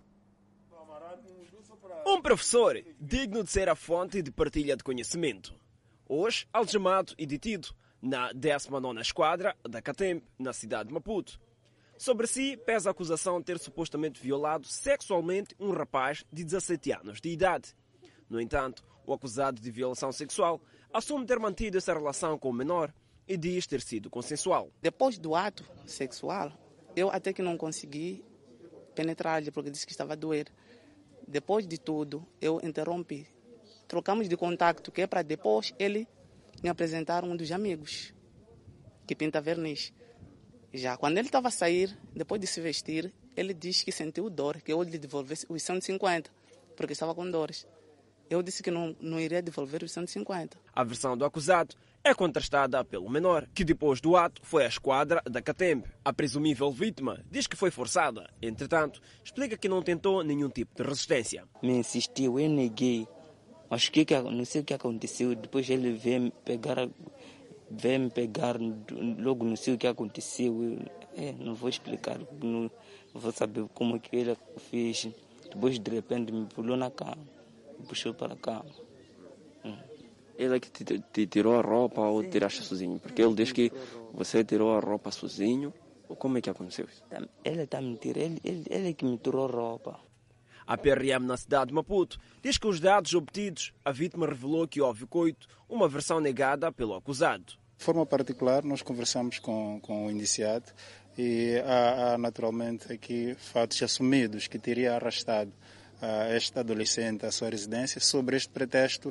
Um professor digno de ser a fonte de partilha de conhecimento. Hoje, algemado e detido na décima nona Esquadra da Catembe, na cidade de Maputo. Sobre si pesa a acusação de ter supostamente violado sexualmente um rapaz de dezassete anos de idade. No entanto, o acusado de violação sexual assume ter mantido essa relação com o menor e diz ter sido consensual.
Depois do ato sexual, eu até que não consegui penetrar-lhe porque disse que estava a doer. Depois de tudo, eu interrompi. Trocamos de contacto, que é para depois ele me apresentar um dos amigos, que pinta verniz. Já quando ele estava a sair, depois de se vestir, ele disse que sentiu dor, que eu lhe devolvesse os cento e cinquenta, porque estava com dores. Eu disse que não, não iria devolver os cento e cinquenta.
A versão do acusado é contrastada pelo menor, que depois do ato foi à esquadra da Catembe. A presumível vítima diz que foi forçada. Entretanto, explica que não tentou nenhum tipo de resistência.
Me insistiu, eu neguei. Mas que, que, não sei o que aconteceu. Depois ele veio me pegar, veio me pegar, logo não sei o que aconteceu. Eu, é, não vou explicar, não, não vou saber como que ele fez. Depois de repente me pulou na cama, me puxou para a cama. Hum.
Ele é que te, te tirou a roupa ou tiraste sozinho? Porque ele diz que você tirou a roupa sozinho. Como é que aconteceu isso?
Ele está mentindo, ele, ele, ele é que me tirou a roupa.
A P R M na cidade de Maputo diz que os dados obtidos, a vítima revelou que houve coito, uma versão negada pelo acusado.
De forma particular, nós conversamos com, com o indiciado e há, há naturalmente aqui fatos assumidos que teria arrastado uh, este adolescente à sua residência sob este pretexto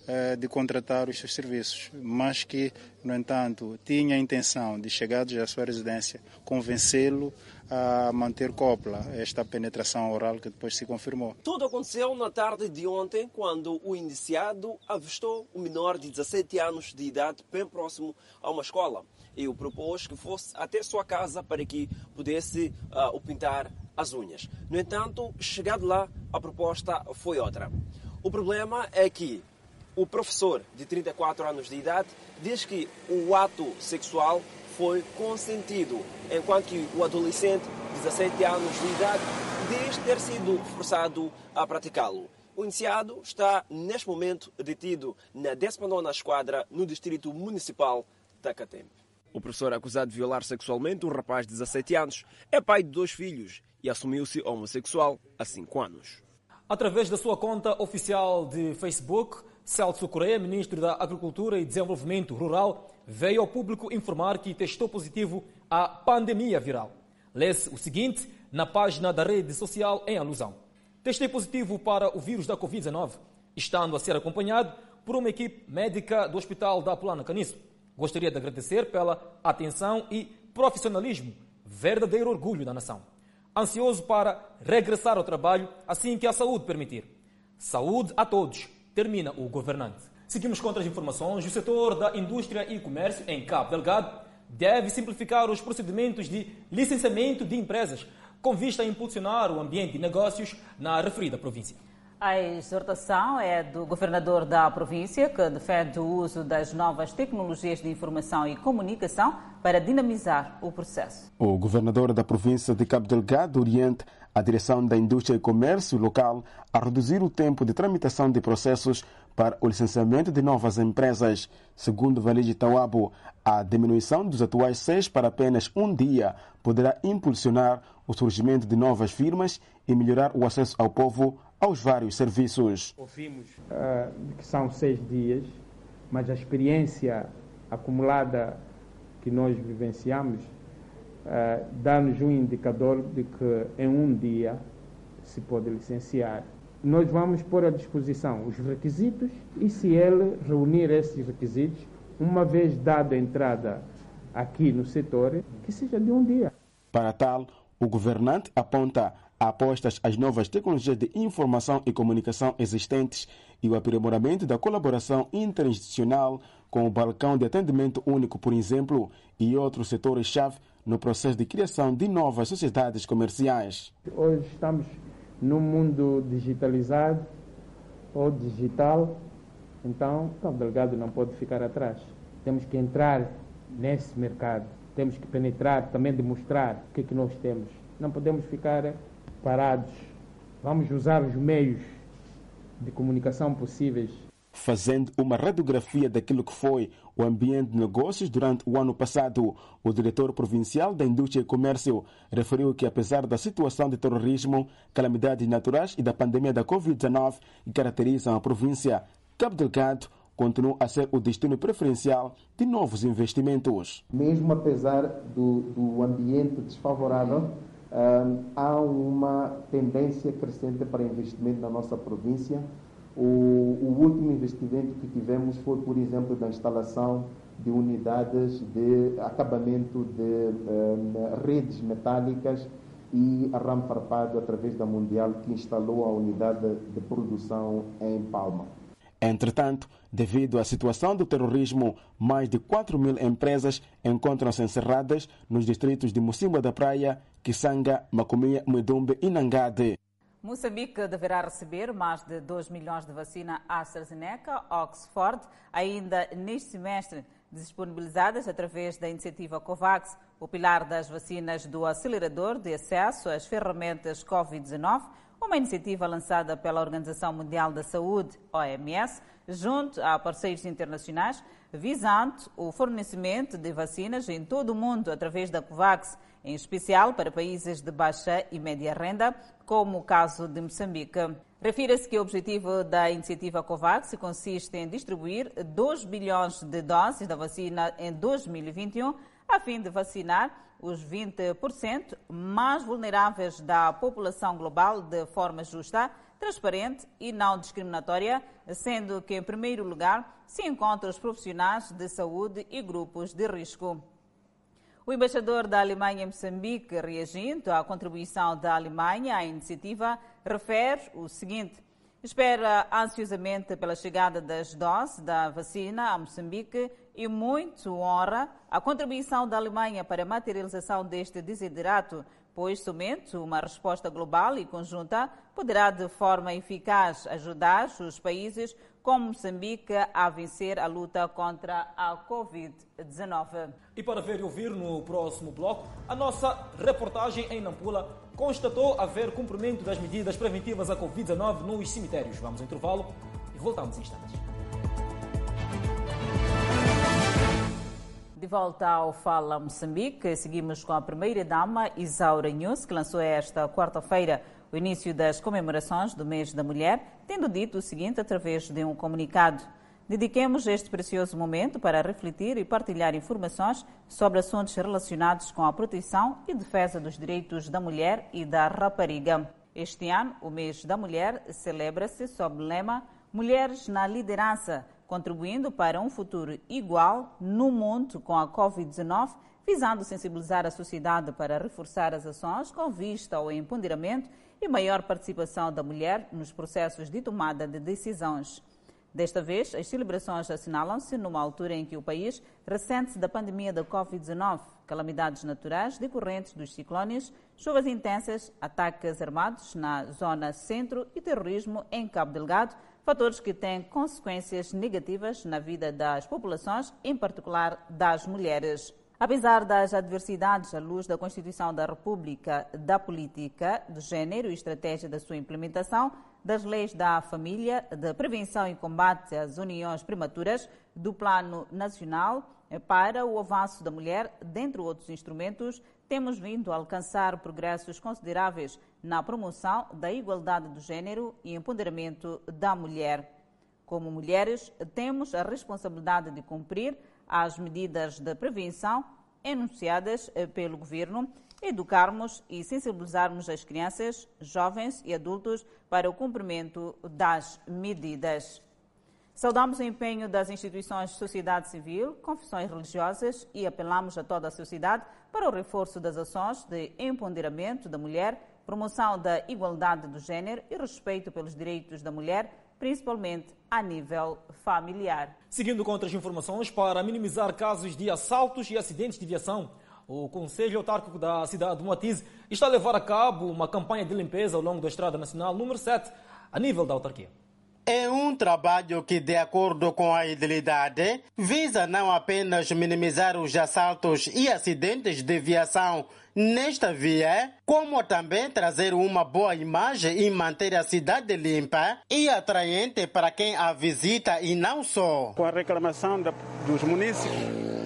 uh, de contratar os seus serviços, mas que, no entanto, tinha a intenção de, chegados à sua residência, convencê-lo a manter copla esta penetração oral que depois se confirmou.
Tudo aconteceu na tarde de ontem, quando o indiciado avistou um menor de dezassete anos de idade bem próximo a uma escola e o propôs que fosse até sua casa para que pudesse uh, o pintar as unhas. No entanto, chegado lá, a proposta foi outra. O problema é que o professor de trinta e quatro anos de idade diz que o ato sexual foi consentido, enquanto que o adolescente de dezassete anos de idade diz ter sido forçado a praticá-lo. O indiciado está, neste momento, detido na décima nona Esquadra, no Distrito Municipal da Catembe. O professor acusado de violar sexualmente um rapaz de dezassete anos é pai de dois filhos e assumiu-se homossexual há cinco anos.
Através da sua conta oficial de Facebook, Celso Correia, ministro da Agricultura e Desenvolvimento Rural, veio ao público informar que testou positivo à pandemia viral. Lê-se o seguinte na página da rede social em alusão. Testei positivo para o vírus da covid dezenove, estando a ser acompanhado por uma equipe médica do Hospital da Plana Caniço. Gostaria de agradecer pela atenção e profissionalismo, verdadeiro orgulho da nação. Ansioso para regressar ao trabalho assim que a saúde permitir. Saúde a todos, termina o governante. Seguimos com outras informações. O setor da indústria e comércio em Cabo Delgado deve simplificar os procedimentos de licenciamento de empresas com vista a impulsionar o ambiente de negócios na referida província.
A exortação é do governador da província, que defende o uso das novas tecnologias de informação e comunicação para dinamizar o processo.
O governador da província de Cabo Delgado orienta a direção da indústria e comércio local a reduzir o tempo de tramitação de processos para o licenciamento de novas empresas. Segundo Valide Tawabo, a diminuição dos atuais seis para apenas um dia poderá impulsionar o surgimento de novas firmas e melhorar o acesso ao povo aos vários serviços.
Ouvimos uh, que são seis dias, mas a experiência acumulada que nós vivenciamos uh, dá-nos um indicador de que em um dia se pode licenciar. Nós vamos pôr à disposição os requisitos e, se ele reunir esses requisitos, uma vez dada a entrada aqui no setor, que seja de um dia.
Para tal, o governante aponta apostas às novas tecnologias de informação e comunicação existentes e o aprimoramento da colaboração interinstitucional com o balcão de atendimento único, por exemplo, e outros setores-chave no processo de criação de novas sociedades comerciais.
Hoje estamos num mundo digitalizado ou digital, então Cabo Delgado não pode ficar atrás. Temos que entrar nesse mercado, temos que penetrar, também demonstrar o que é que nós temos. Não podemos ficar parados. Vamos usar os meios de comunicação possíveis.
Fazendo uma radiografia daquilo que foi o ambiente de negócios durante o ano passado, o diretor provincial da Indústria e Comércio referiu que, apesar da situação de terrorismo, calamidades naturais e da pandemia da covid dezenove que caracterizam a província, Cabo Delgado continua a ser o destino preferencial de novos investimentos.
Mesmo apesar do, do ambiente desfavorável, Um, há uma tendência crescente para investimento na nossa província. O, o último investimento que tivemos foi, por exemplo, da instalação de unidades de acabamento de um, redes metálicas e arame farpado através da Mundial, que instalou a unidade de produção em Palma.
Entretanto, devido à situação do terrorismo, mais de quatro mil empresas encontram-se encerradas nos distritos de Mocimboa da Praia, Kisanga, Macomia, Muedumbe e Nangade.
Moçambique deverá receber mais de dois milhões de vacina AstraZeneca Oxford ainda neste semestre, disponibilizadas através da iniciativa COVAX, o pilar das vacinas do acelerador de acesso às ferramentas covid dezenove, uma iniciativa lançada pela Organização Mundial da Saúde, O M S, junto a parceiros internacionais, visando o fornecimento de vacinas em todo o mundo através da COVAX, em especial para países de baixa e média renda, como o caso de Moçambique. Refira-se que o objetivo da iniciativa COVAX consiste em distribuir dois bilhões de doses da vacina em dois mil e vinte e um, a fim de vacinar os vinte por cento mais vulneráveis da população global de forma justa, transparente e não discriminatória, sendo que, em primeiro lugar, se encontram os profissionais de saúde e grupos de risco. O embaixador da Alemanha em Moçambique, reagindo à contribuição da Alemanha à iniciativa, refere o seguinte: espera ansiosamente pela chegada das doses da vacina a Moçambique e muito honra a contribuição da Alemanha para a materialização deste desiderato, pois somente uma resposta global e conjunta poderá de forma eficaz ajudar os países como Moçambique a vencer a luta contra a covid dezenove.
E para ver e ouvir no próximo bloco, a nossa reportagem em Nampula constatou haver cumprimento das medidas preventivas à covid dezenove nos cemitérios. Vamos ao intervalo e voltamos em instantes.
De volta ao Fala Moçambique, seguimos com a primeira-dama Isaura News, que lançou esta quarta-feira o início das comemorações do mês da mulher, tendo dito o seguinte através de um comunicado: dediquemos este precioso momento para refletir e partilhar informações sobre assuntos relacionados com a proteção e defesa dos direitos da mulher e da rapariga. Este ano, o mês da mulher celebra-se sob o lema Mulheres na Liderança, contribuindo para um futuro igual no mundo com a covid dezenove, visando sensibilizar a sociedade para reforçar as ações com vista ao empoderamento e maior participação da mulher nos processos de tomada de decisões. Desta vez, as celebrações assinalam-se numa altura em que o país ressente-se da pandemia da covid dezenove, calamidades naturais decorrentes dos ciclones, chuvas intensas, ataques armados na zona centro e terrorismo em Cabo Delgado, fatores que têm consequências negativas na vida das populações, em particular das mulheres. Apesar das adversidades à luz da Constituição da República, da política de género e estratégia da sua implementação, das leis da família, de prevenção e combate às uniões prematuras, do Plano Nacional para o avanço da mulher, dentre outros instrumentos, temos vindo a alcançar progressos consideráveis na promoção da igualdade do género e empoderamento da mulher. Como mulheres, temos a responsabilidade de cumprir as medidas de prevenção enunciadas pelo Governo, educarmos e sensibilizarmos as crianças, jovens e adultos para o cumprimento das medidas. Saudamos o empenho das instituições de sociedade civil, confissões religiosas e apelamos a toda a sociedade para o reforço das ações de empoderamento da mulher, promoção da igualdade do género e respeito pelos direitos da mulher, principalmente a nível familiar.
Seguindo com outras informações, para minimizar casos de assaltos e acidentes de viação, o Conselho Autárquico da cidade de Moatize está a levar a cabo uma campanha de limpeza ao longo da Estrada Nacional número sete, a nível da autarquia.
É um trabalho que, de acordo com a idilidade, visa não apenas minimizar os assaltos e acidentes de viação nesta via, como também trazer uma boa imagem e manter a cidade limpa e atraente para quem a visita e não só.
Com a reclamação da, dos munícipes,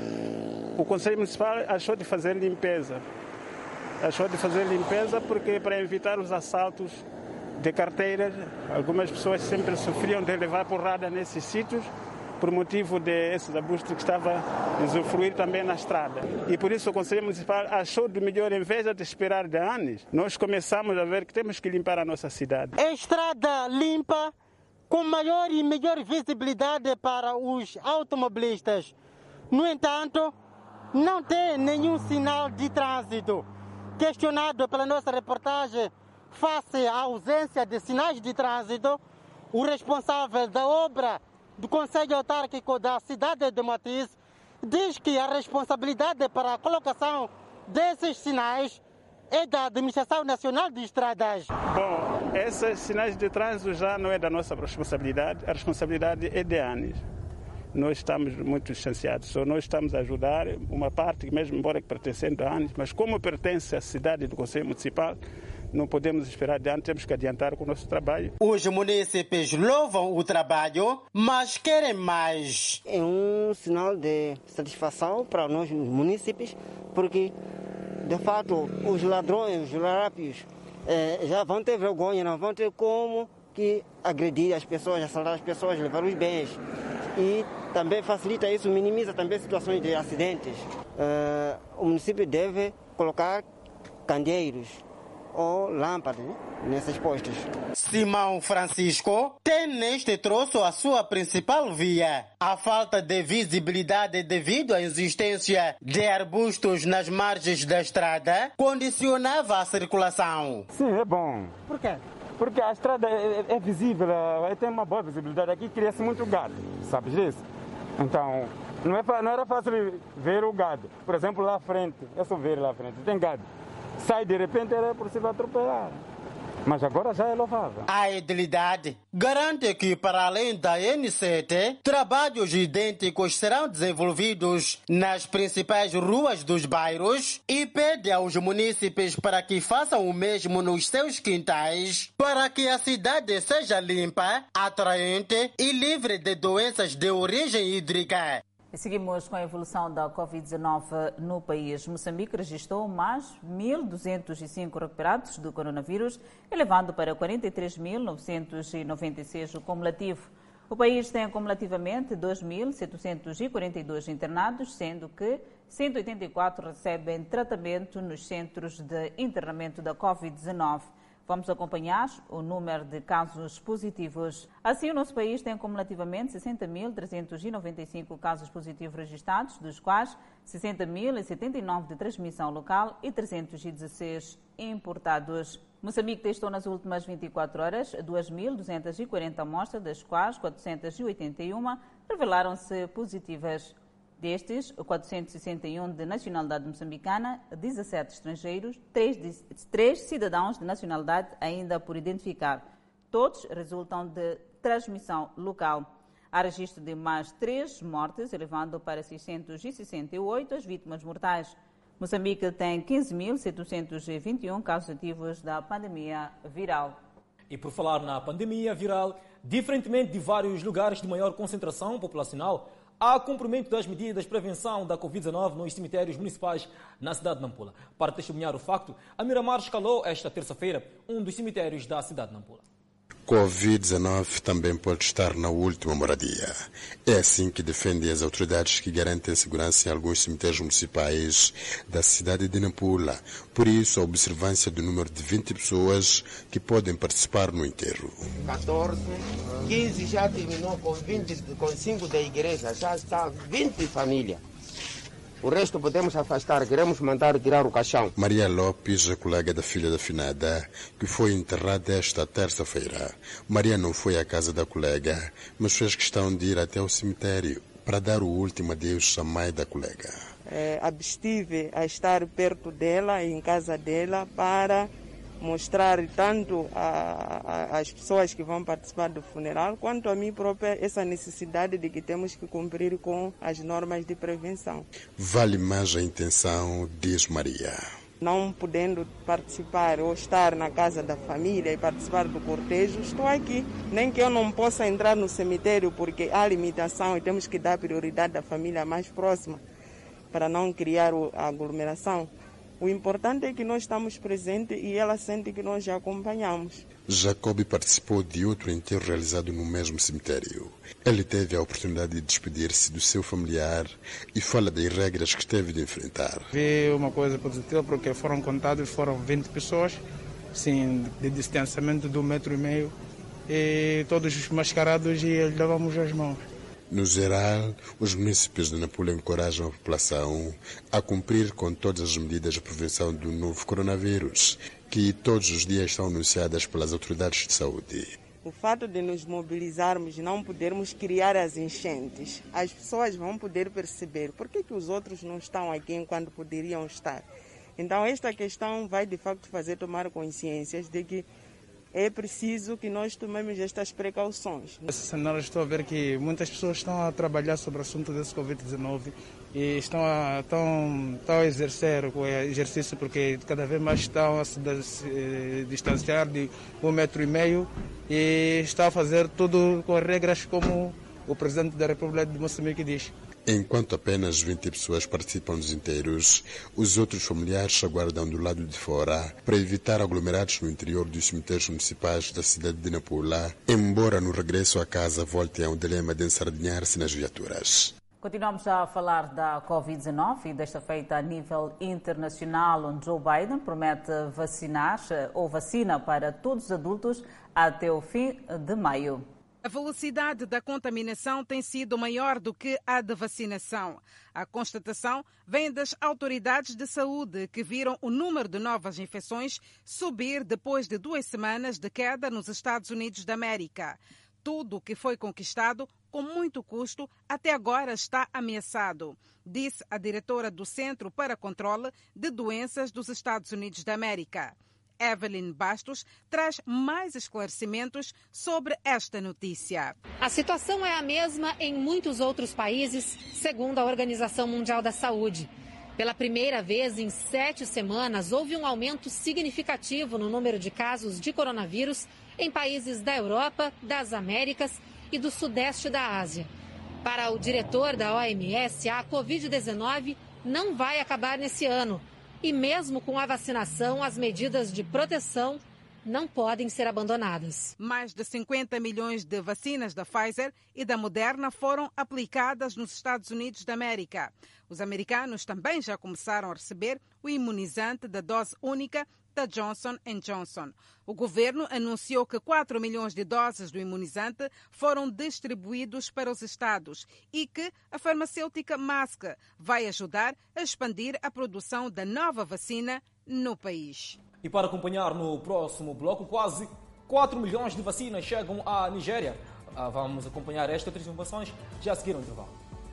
o Conselho Municipal achou de fazer limpeza. Achou de fazer limpeza porque para evitar os assaltos de carteiras, algumas pessoas sempre sofriam de levar porrada nesses sítios por motivo desses abusos que estavam a usufruir também na estrada. E por isso o Conselho Municipal achou de melhor, em vez de esperar de anos, nós começamos a ver que temos que limpar a nossa cidade.
Estrada limpa, com maior e melhor visibilidade para os automobilistas. No entanto, não tem nenhum sinal de trânsito. Questionado pela nossa reportagem, face à ausência de sinais de trânsito, o responsável da obra do Conselho Autárquico da cidade de Moatize diz que a responsabilidade para a colocação desses sinais é da Administração Nacional de Estradas.
Bom, esses sinais de trânsito já não é da nossa responsabilidade, a responsabilidade é de ANES. Nós estamos muito distanciados, só nós estamos a ajudar uma parte, mesmo embora que pertencendo a ANES, mas como pertence à cidade do Conselho Municipal, não podemos esperar adiante, temos que adiantar com o nosso trabalho.
Os munícipes louvam o trabalho, mas querem mais.
É um sinal de satisfação para nós munícipes, porque, de fato, os ladrões, os larápios, eh, já vão ter vergonha, não vão ter como que agredir as pessoas, assaltar as pessoas, levar os bens. E também facilita isso, minimiza também situações de acidentes. Uh, o município deve colocar candeeiros ou lâmpadas, né? Nessas postas.
Simão Francisco tem neste troço a sua principal via. A falta de visibilidade devido à existência de arbustos nas margens da estrada condicionava a circulação.
Sim, é bom.
Por quê?
Porque a estrada é, é visível, é, tem uma boa visibilidade. Aqui cria-se muito gado, sabes disso? Então, não, é, não era fácil ver o gado. Por exemplo, lá à frente, é só ver lá à frente, tem gado. Sai de repente, era possível atropelar. Mas agora já é louvável.
A edilidade garante que, para além da N sete, trabalhos idênticos serão desenvolvidos nas principais ruas dos bairros e pede aos munícipes para que façam o mesmo nos seus quintais, para que a cidade seja limpa, atraente e livre de doenças de origem hídrica.
E seguimos com a evolução da covid dezenove no país. Moçambique registrou mais mil duzentos e cinco recuperados do coronavírus, elevando para quarenta e três mil novecentos e noventa e seis o cumulativo. O país tem acumulativamente dois mil setecentos e quarenta e dois internados, sendo que cento e oitenta e quatro recebem tratamento nos centros de internamento da covid dezenove. Vamos acompanhar o número de casos positivos. Assim, o nosso país tem acumulativamente sessenta mil trezentos e noventa e cinco casos positivos registrados, dos quais sessenta mil e setenta e nove de transmissão local e trezentos e dezesseis importados. Moçambique testou nas últimas vinte e quatro horas duas mil duzentas e quarenta amostras, das quais quatrocentas e oitenta e uma revelaram-se positivas. Destes, quatrocentos e sessenta e um de nacionalidade moçambicana, dezessete estrangeiros, três cidadãos de nacionalidade ainda por identificar. Todos resultam de transmissão local. Há registro de mais três mortes, elevando para seiscentos e sessenta e oito as vítimas mortais. Moçambique tem quinze mil setecentos e vinte e um casos ativos da pandemia viral.
E por falar na pandemia viral, diferentemente de vários lugares de maior concentração populacional, há cumprimento das medidas de prevenção da covid dezenove nos cemitérios municipais na cidade de Nampula. Para testemunhar o facto, a Miramar escalou esta terça-feira um dos cemitérios da cidade de Nampula.
covid dezenove também pode estar na última moradia. É assim que defendem as autoridades que garantem segurança em alguns cemitérios municipais da cidade de Nampula. Por isso, a observância do número de vinte pessoas que podem participar no enterro.
quatorze, quinze já terminou com, vinte, com cinco da igreja, já está vinte famílias. O resto podemos afastar, queremos mandar tirar o caixão.
Maria Lopes, a colega da filha da finada, que foi enterrada esta terça-feira. Maria não foi à casa da colega, mas fez questão de ir até o cemitério para dar o último adeus à mãe da colega.
É, abstive a estar perto dela, em casa dela, para mostrar tanto a, a, as pessoas que vão participar do funeral, quanto a mim própria, essa necessidade de que temos que cumprir com as normas de prevenção.
Vale mais a intenção, diz Maria.
Não podendo participar ou estar na casa da família e participar do cortejo, estou aqui. Nem que eu não possa entrar no cemitério porque há limitação e temos que dar prioridade à família mais próxima para não criar a aglomeração. O importante é que nós estamos presentes e ela sente que nós já acompanhamos.
Jacob participou de outro enterro realizado no mesmo cemitério. Ele teve a oportunidade de despedir-se do seu familiar e fala das regras que teve de enfrentar.
Vi uma coisa positiva porque foram contados, foram vinte pessoas, sim, de distanciamento de um metro e meio, e todos mascarados e lavamos as mãos.
No geral, os municípios de Nampula encorajam a população a cumprir com todas as medidas de prevenção do novo coronavírus, que todos os dias são anunciadas pelas autoridades de saúde.
O fato de nos mobilizarmos e não podermos criar as enchentes, as pessoas vão poder perceber por que, que os outros não estão aqui enquanto poderiam estar. Então, esta questão vai, de facto, fazer tomar consciências de que é preciso que nós tomemos estas precauções.
Esse cenário, estou a ver que muitas pessoas estão a trabalhar sobre o assunto desse covid dezenove e estão a, estão, estão a exercer o exercício porque cada vez mais estão a se distanciar de um metro e meio e estão a fazer tudo com regras como o Presidente da República de Moçambique diz.
Enquanto apenas vinte pessoas participam dos inteiros, os outros familiares aguardam do lado de fora para evitar aglomerados no interior dos cemitérios municipais da cidade de Nampula, embora no regresso à casa voltem ao dilema de ensardinhar-se nas viaturas.
Continuamos a falar da Covid dezenove e desta feita a nível internacional, onde Joe Biden promete vacinar ou vacina para todos os adultos até o fim de maio.
A velocidade da contaminação tem sido maior do que a de vacinação. A constatação vem das autoridades de saúde, que viram o número de novas infecções subir depois de duas semanas de queda nos Estados Unidos da América. Tudo o que foi conquistado com muito custo até agora está ameaçado, disse a diretora do Centro para Controle de Doenças dos Estados Unidos da América. Evelyn Bastos traz mais esclarecimentos sobre esta notícia.
A situação é a mesma em muitos outros países, segundo a Organização Mundial da Saúde. Pela primeira vez em sete semanas, houve um aumento significativo no número de casos de coronavírus em países da Europa, das Américas e do Sudeste da Ásia. Para o diretor da O M S, a Covid dezenove não vai acabar nesse ano. E mesmo com a vacinação, as medidas de proteção não podem ser abandonadas.
Mais de cinquenta milhões de vacinas da Pfizer e da Moderna foram aplicadas nos Estados Unidos da América. Os americanos também já começaram a receber o imunizante da dose única da Johnson and Johnson. O governo anunciou que quatro milhões de doses do imunizante foram distribuídos para os estados e que a farmacêutica Mask vai ajudar a expandir a produção da nova vacina no país.
E para acompanhar no próximo bloco, quase quatro milhões de vacinas chegam à Nigéria. Vamos acompanhar estas três informações já a seguir ao intervalo.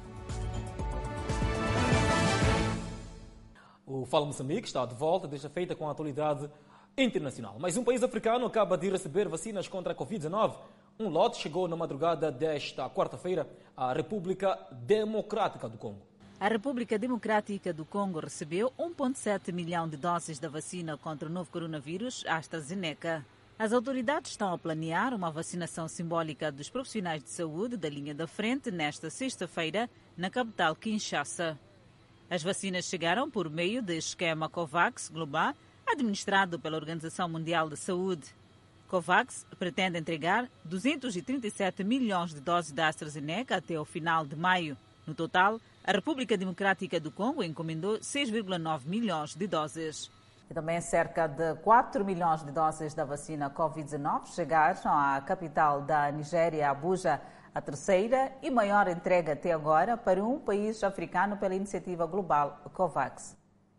O Fala Moçambique está de volta, desta feita com a atualidade internacional. Mas um país africano acaba de receber vacinas contra a Covid dezenove. Um lote chegou na madrugada desta quarta-feira à República Democrática do Congo.
A República Democrática do Congo recebeu um vírgula sete milhão de doses da vacina contra o novo coronavírus AstraZeneca. As autoridades estão a planear uma vacinação simbólica dos profissionais de saúde da linha da frente nesta sexta-feira na capital Kinshasa. As vacinas chegaram por meio do esquema COVAX Global, administrado pela Organização Mundial da Saúde. COVAX pretende entregar duzentos e trinta e sete milhões de doses da AstraZeneca até o final de maio. No total, a República Democrática do Congo encomendou seis vírgula nove milhões de doses. E também cerca de quatro milhões de doses da vacina Covid dezenove chegaram à capital da Nigéria, Abuja, a terceira e maior entrega até agora para um país africano pela iniciativa global COVAX.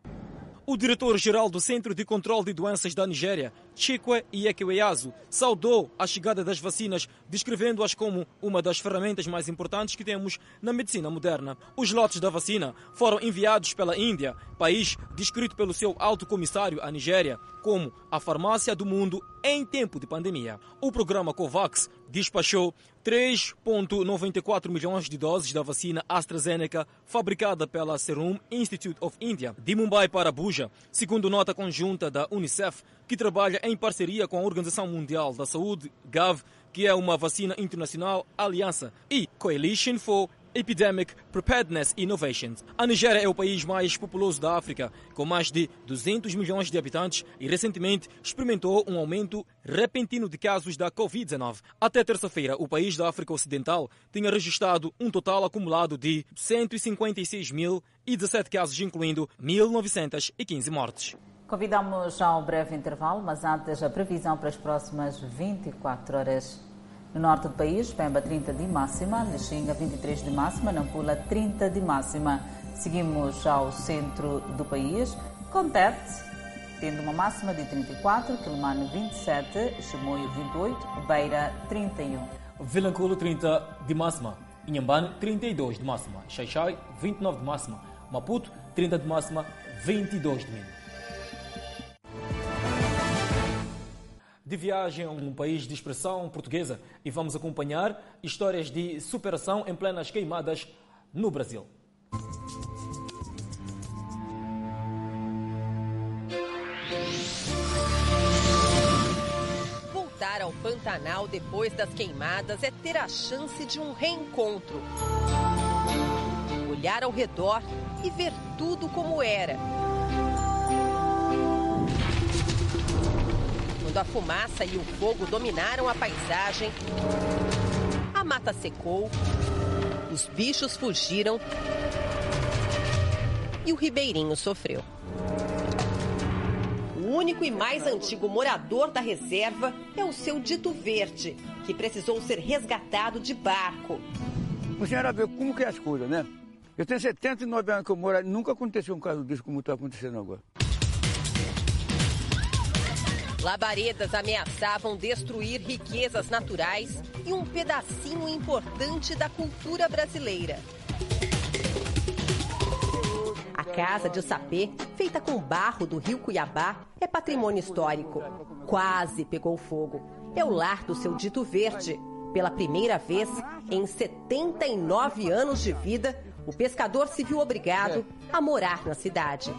O diretor-geral do Centro de Controle de Doenças da Nigéria, Chikwe Iyekweazu, saudou a chegada das vacinas, descrevendo-as como uma das ferramentas mais importantes que temos na medicina moderna. Os lotes da vacina foram enviados pela Índia, país descrito pelo seu alto comissário à Nigéria como a farmácia do mundo em tempo de pandemia. O programa COVAX despachou três vírgula noventa e quatro milhões de doses da vacina AstraZeneca fabricada pela Serum Institute of India, de Mumbai para Abuja, segundo nota conjunta da Unicef, que trabalha em parceria com a Organização Mundial da Saúde, Gavi, que é uma vacina internacional aliança, e Coalition for Epidemic Preparedness Innovations. A Nigéria é o país mais populoso da África, com mais de duzentos milhões de habitantes e recentemente experimentou um aumento repentino de casos da Covid dezenove. Até terça-feira, o país da África Ocidental tinha registrado um total acumulado de cento e cinquenta e seis mil e dezessete casos, incluindo mil novecentas e quinze mortes.
Convidamos a um breve intervalo, mas antes a previsão para as próximas vinte e quatro horas. No norte do país, Pemba trinta de máxima, Lixinga vinte e três de máxima, Nampula trinta de máxima. Seguimos ao centro do país, com Tete, tendo uma máxima de trinta e quatro, Quelimane vinte e sete, Chimoio vinte e oito, Beira trinta e um.
Vilanculo trinta de máxima, Inhambane trinta e dois de máxima, Xaixai vinte e nove de máxima, Maputo trinta de máxima, vinte e dois de mínima. De viagem a um país de expressão portuguesa e vamos acompanhar histórias de superação em plenas queimadas no Brasil.
Voltar ao Pantanal depois das queimadas é ter a chance de um reencontro. Olhar ao redor e ver tudo como era. Quando a fumaça e o fogo dominaram a paisagem, a mata secou, Os bichos fugiram e o ribeirinho sofreu. O único e mais antigo morador da reserva é o seu Dito Verde, que precisou ser resgatado de barco.
A senhora vê como que é as coisas, né? Eu tenho setenta e nove anos que eu moro, nunca aconteceu um caso desse como está acontecendo agora.
Labaredas ameaçavam destruir riquezas naturais e um pedacinho importante da cultura brasileira. A casa de Sapê, feita com barro do rio Cuiabá, é patrimônio histórico. Quase pegou fogo. É o lar do seu Dito Verde. Pela primeira vez em setenta e nove anos de vida, o pescador se viu obrigado a morar na cidade.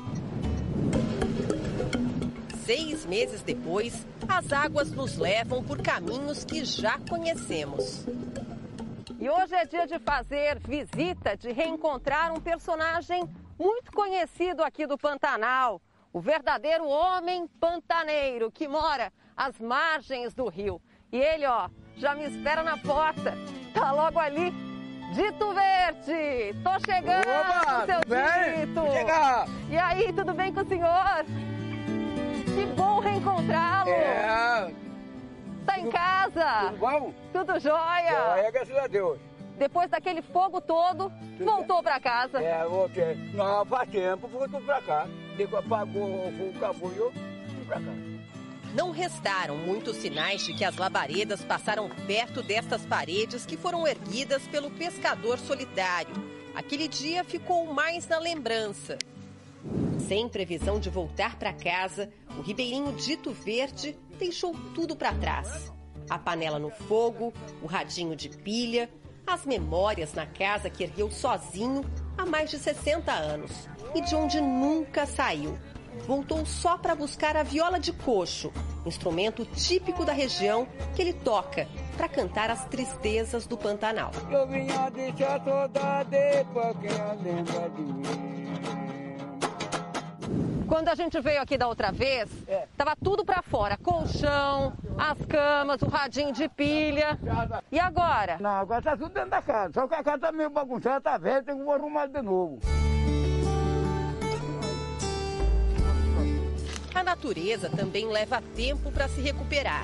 Seis meses depois, as águas nos levam por caminhos que já conhecemos. E hoje é dia de fazer visita, de reencontrar um personagem muito conhecido aqui do Pantanal. O verdadeiro homem pantaneiro que mora às margens do rio. E ele, ó, já me espera na porta. Tá logo ali. Dito Verde! Tô chegando, Oba, seu Dito! Chegar. E aí, tudo bem com o senhor? Que bom reencontrá-lo!
É.
Tá em casa?
Tudo bom?
Tudo jóia?
Jóia, graças a Deus.
Depois daquele fogo todo, tudo voltou para casa?
É, voltei. Não, faz tempo, voltou para cá. Depois apagou o fogo, acabou e eu fui para cá.
Não restaram muitos sinais de que as labaredas passaram perto destas paredes que foram erguidas pelo pescador solitário. Aquele dia ficou mais na lembrança. Sem previsão de voltar para casa, o ribeirinho Dito Verde deixou tudo para trás. A panela no fogo, o radinho de pilha, as memórias na casa que ergueu sozinho há mais de sessenta anos e de onde nunca saiu. Voltou só para buscar a viola de coxo, instrumento típico da região que ele toca para cantar as tristezas do Pantanal.
Eu vinha deixar saudade pra quem lembra de mim.
Quando a gente veio aqui da outra vez, é. tava tudo para fora, colchão, as camas, o radinho de pilha. E agora?
Não, agora tá tudo dentro da casa, só que a casa tá meio bagunçada, tá velha, tem que arrumar de novo.
A natureza também leva tempo para se recuperar.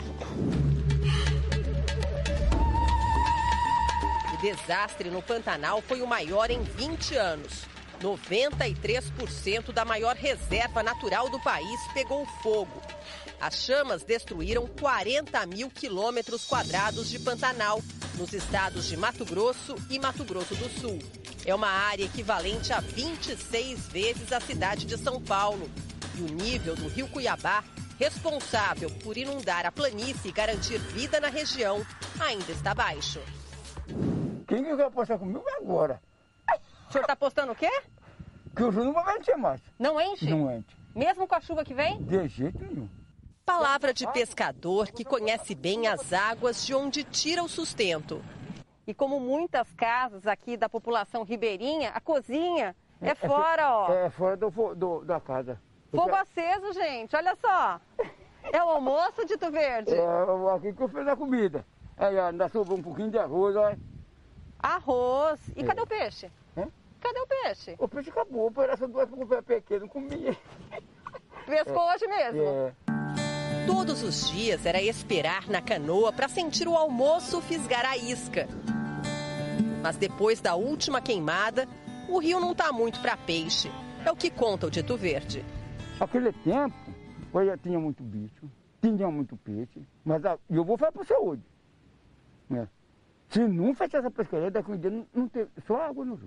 O desastre no Pantanal foi o maior em vinte anos. noventa e três por cento da maior reserva natural do país pegou fogo. As chamas destruíram quarenta mil quilômetros quadrados de Pantanal, nos estados de Mato Grosso e Mato Grosso do Sul. É uma área equivalente a vinte e seis vezes a cidade de São Paulo. E o nível do rio Cuiabá, responsável por inundar a planície e garantir vida na região, ainda está baixo.
Quem que vai apostar comigo agora?
O senhor está apostando o quê?
Que o rio não vai encher mais.
Não enche?
Não enche.
Mesmo com a chuva que vem?
De jeito nenhum.
Palavra de pescador que conhece bem as águas de onde tira o sustento. E como muitas casas aqui da população ribeirinha, a cozinha é, é fora, ó.
É fora do, do, da casa.
Fogo aceso, gente, olha só. É o almoço, Dito Verde?
É aqui que eu fiz a comida. Aí ainda sobrou um pouquinho de arroz, ó.
Arroz. E é. cadê o peixe?
Hã?
Cadê o peixe?
O peixe acabou, por essa duas pequenas, comia.
Pescou é. hoje mesmo?
É.
Todos os dias era esperar na canoa para sentir o almoço fisgar a isca. Mas depois da última queimada, o rio não está muito para peixe. É o que conta o Dito Verde.
Aquele tempo, eu já tinha muito bicho, tinha muito peixe, mas eu vou falar para você hoje. Né? Se não fechar essa pescaria, daqui a um dia não, não tem só água no rio.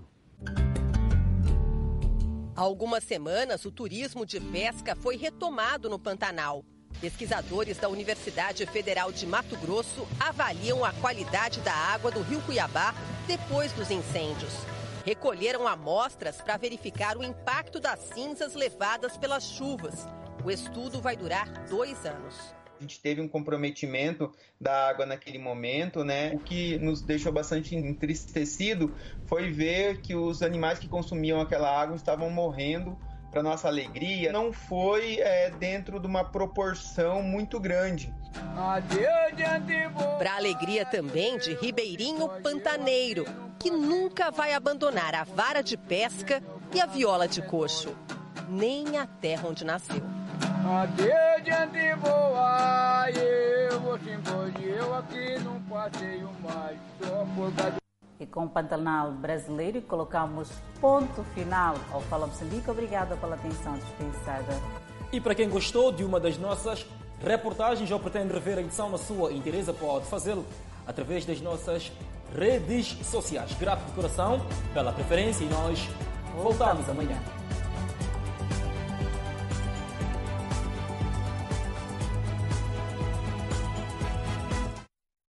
Há algumas semanas, o turismo de pesca foi retomado no Pantanal. Pesquisadores da Universidade Federal de Mato Grosso avaliam a qualidade da água do rio Cuiabá depois dos incêndios. Recolheram amostras para verificar o impacto das cinzas levadas pelas chuvas. O estudo vai durar dois anos.
A gente teve um comprometimento da água naquele momento, né? O que nos deixou bastante entristecido foi ver que os animais que consumiam aquela água estavam morrendo. Para nossa alegria, não foi é, dentro de uma proporção muito grande.
Para a alegria também de Ribeirinho Pantaneiro, que que nunca vai abandonar a vara de pesca e a viola de coxo, nem a terra onde nasceu.
E com o Pantanal brasileiro colocamos ponto final ao Fala Moçambique. Obrigada pela atenção dispensada.
E para quem gostou de uma das nossas reportagens ou pretende rever a edição na sua inteireza, pode fazê-lo através das nossas redes sociais. Grato de coração pela preferência e nós voltamos amanhã.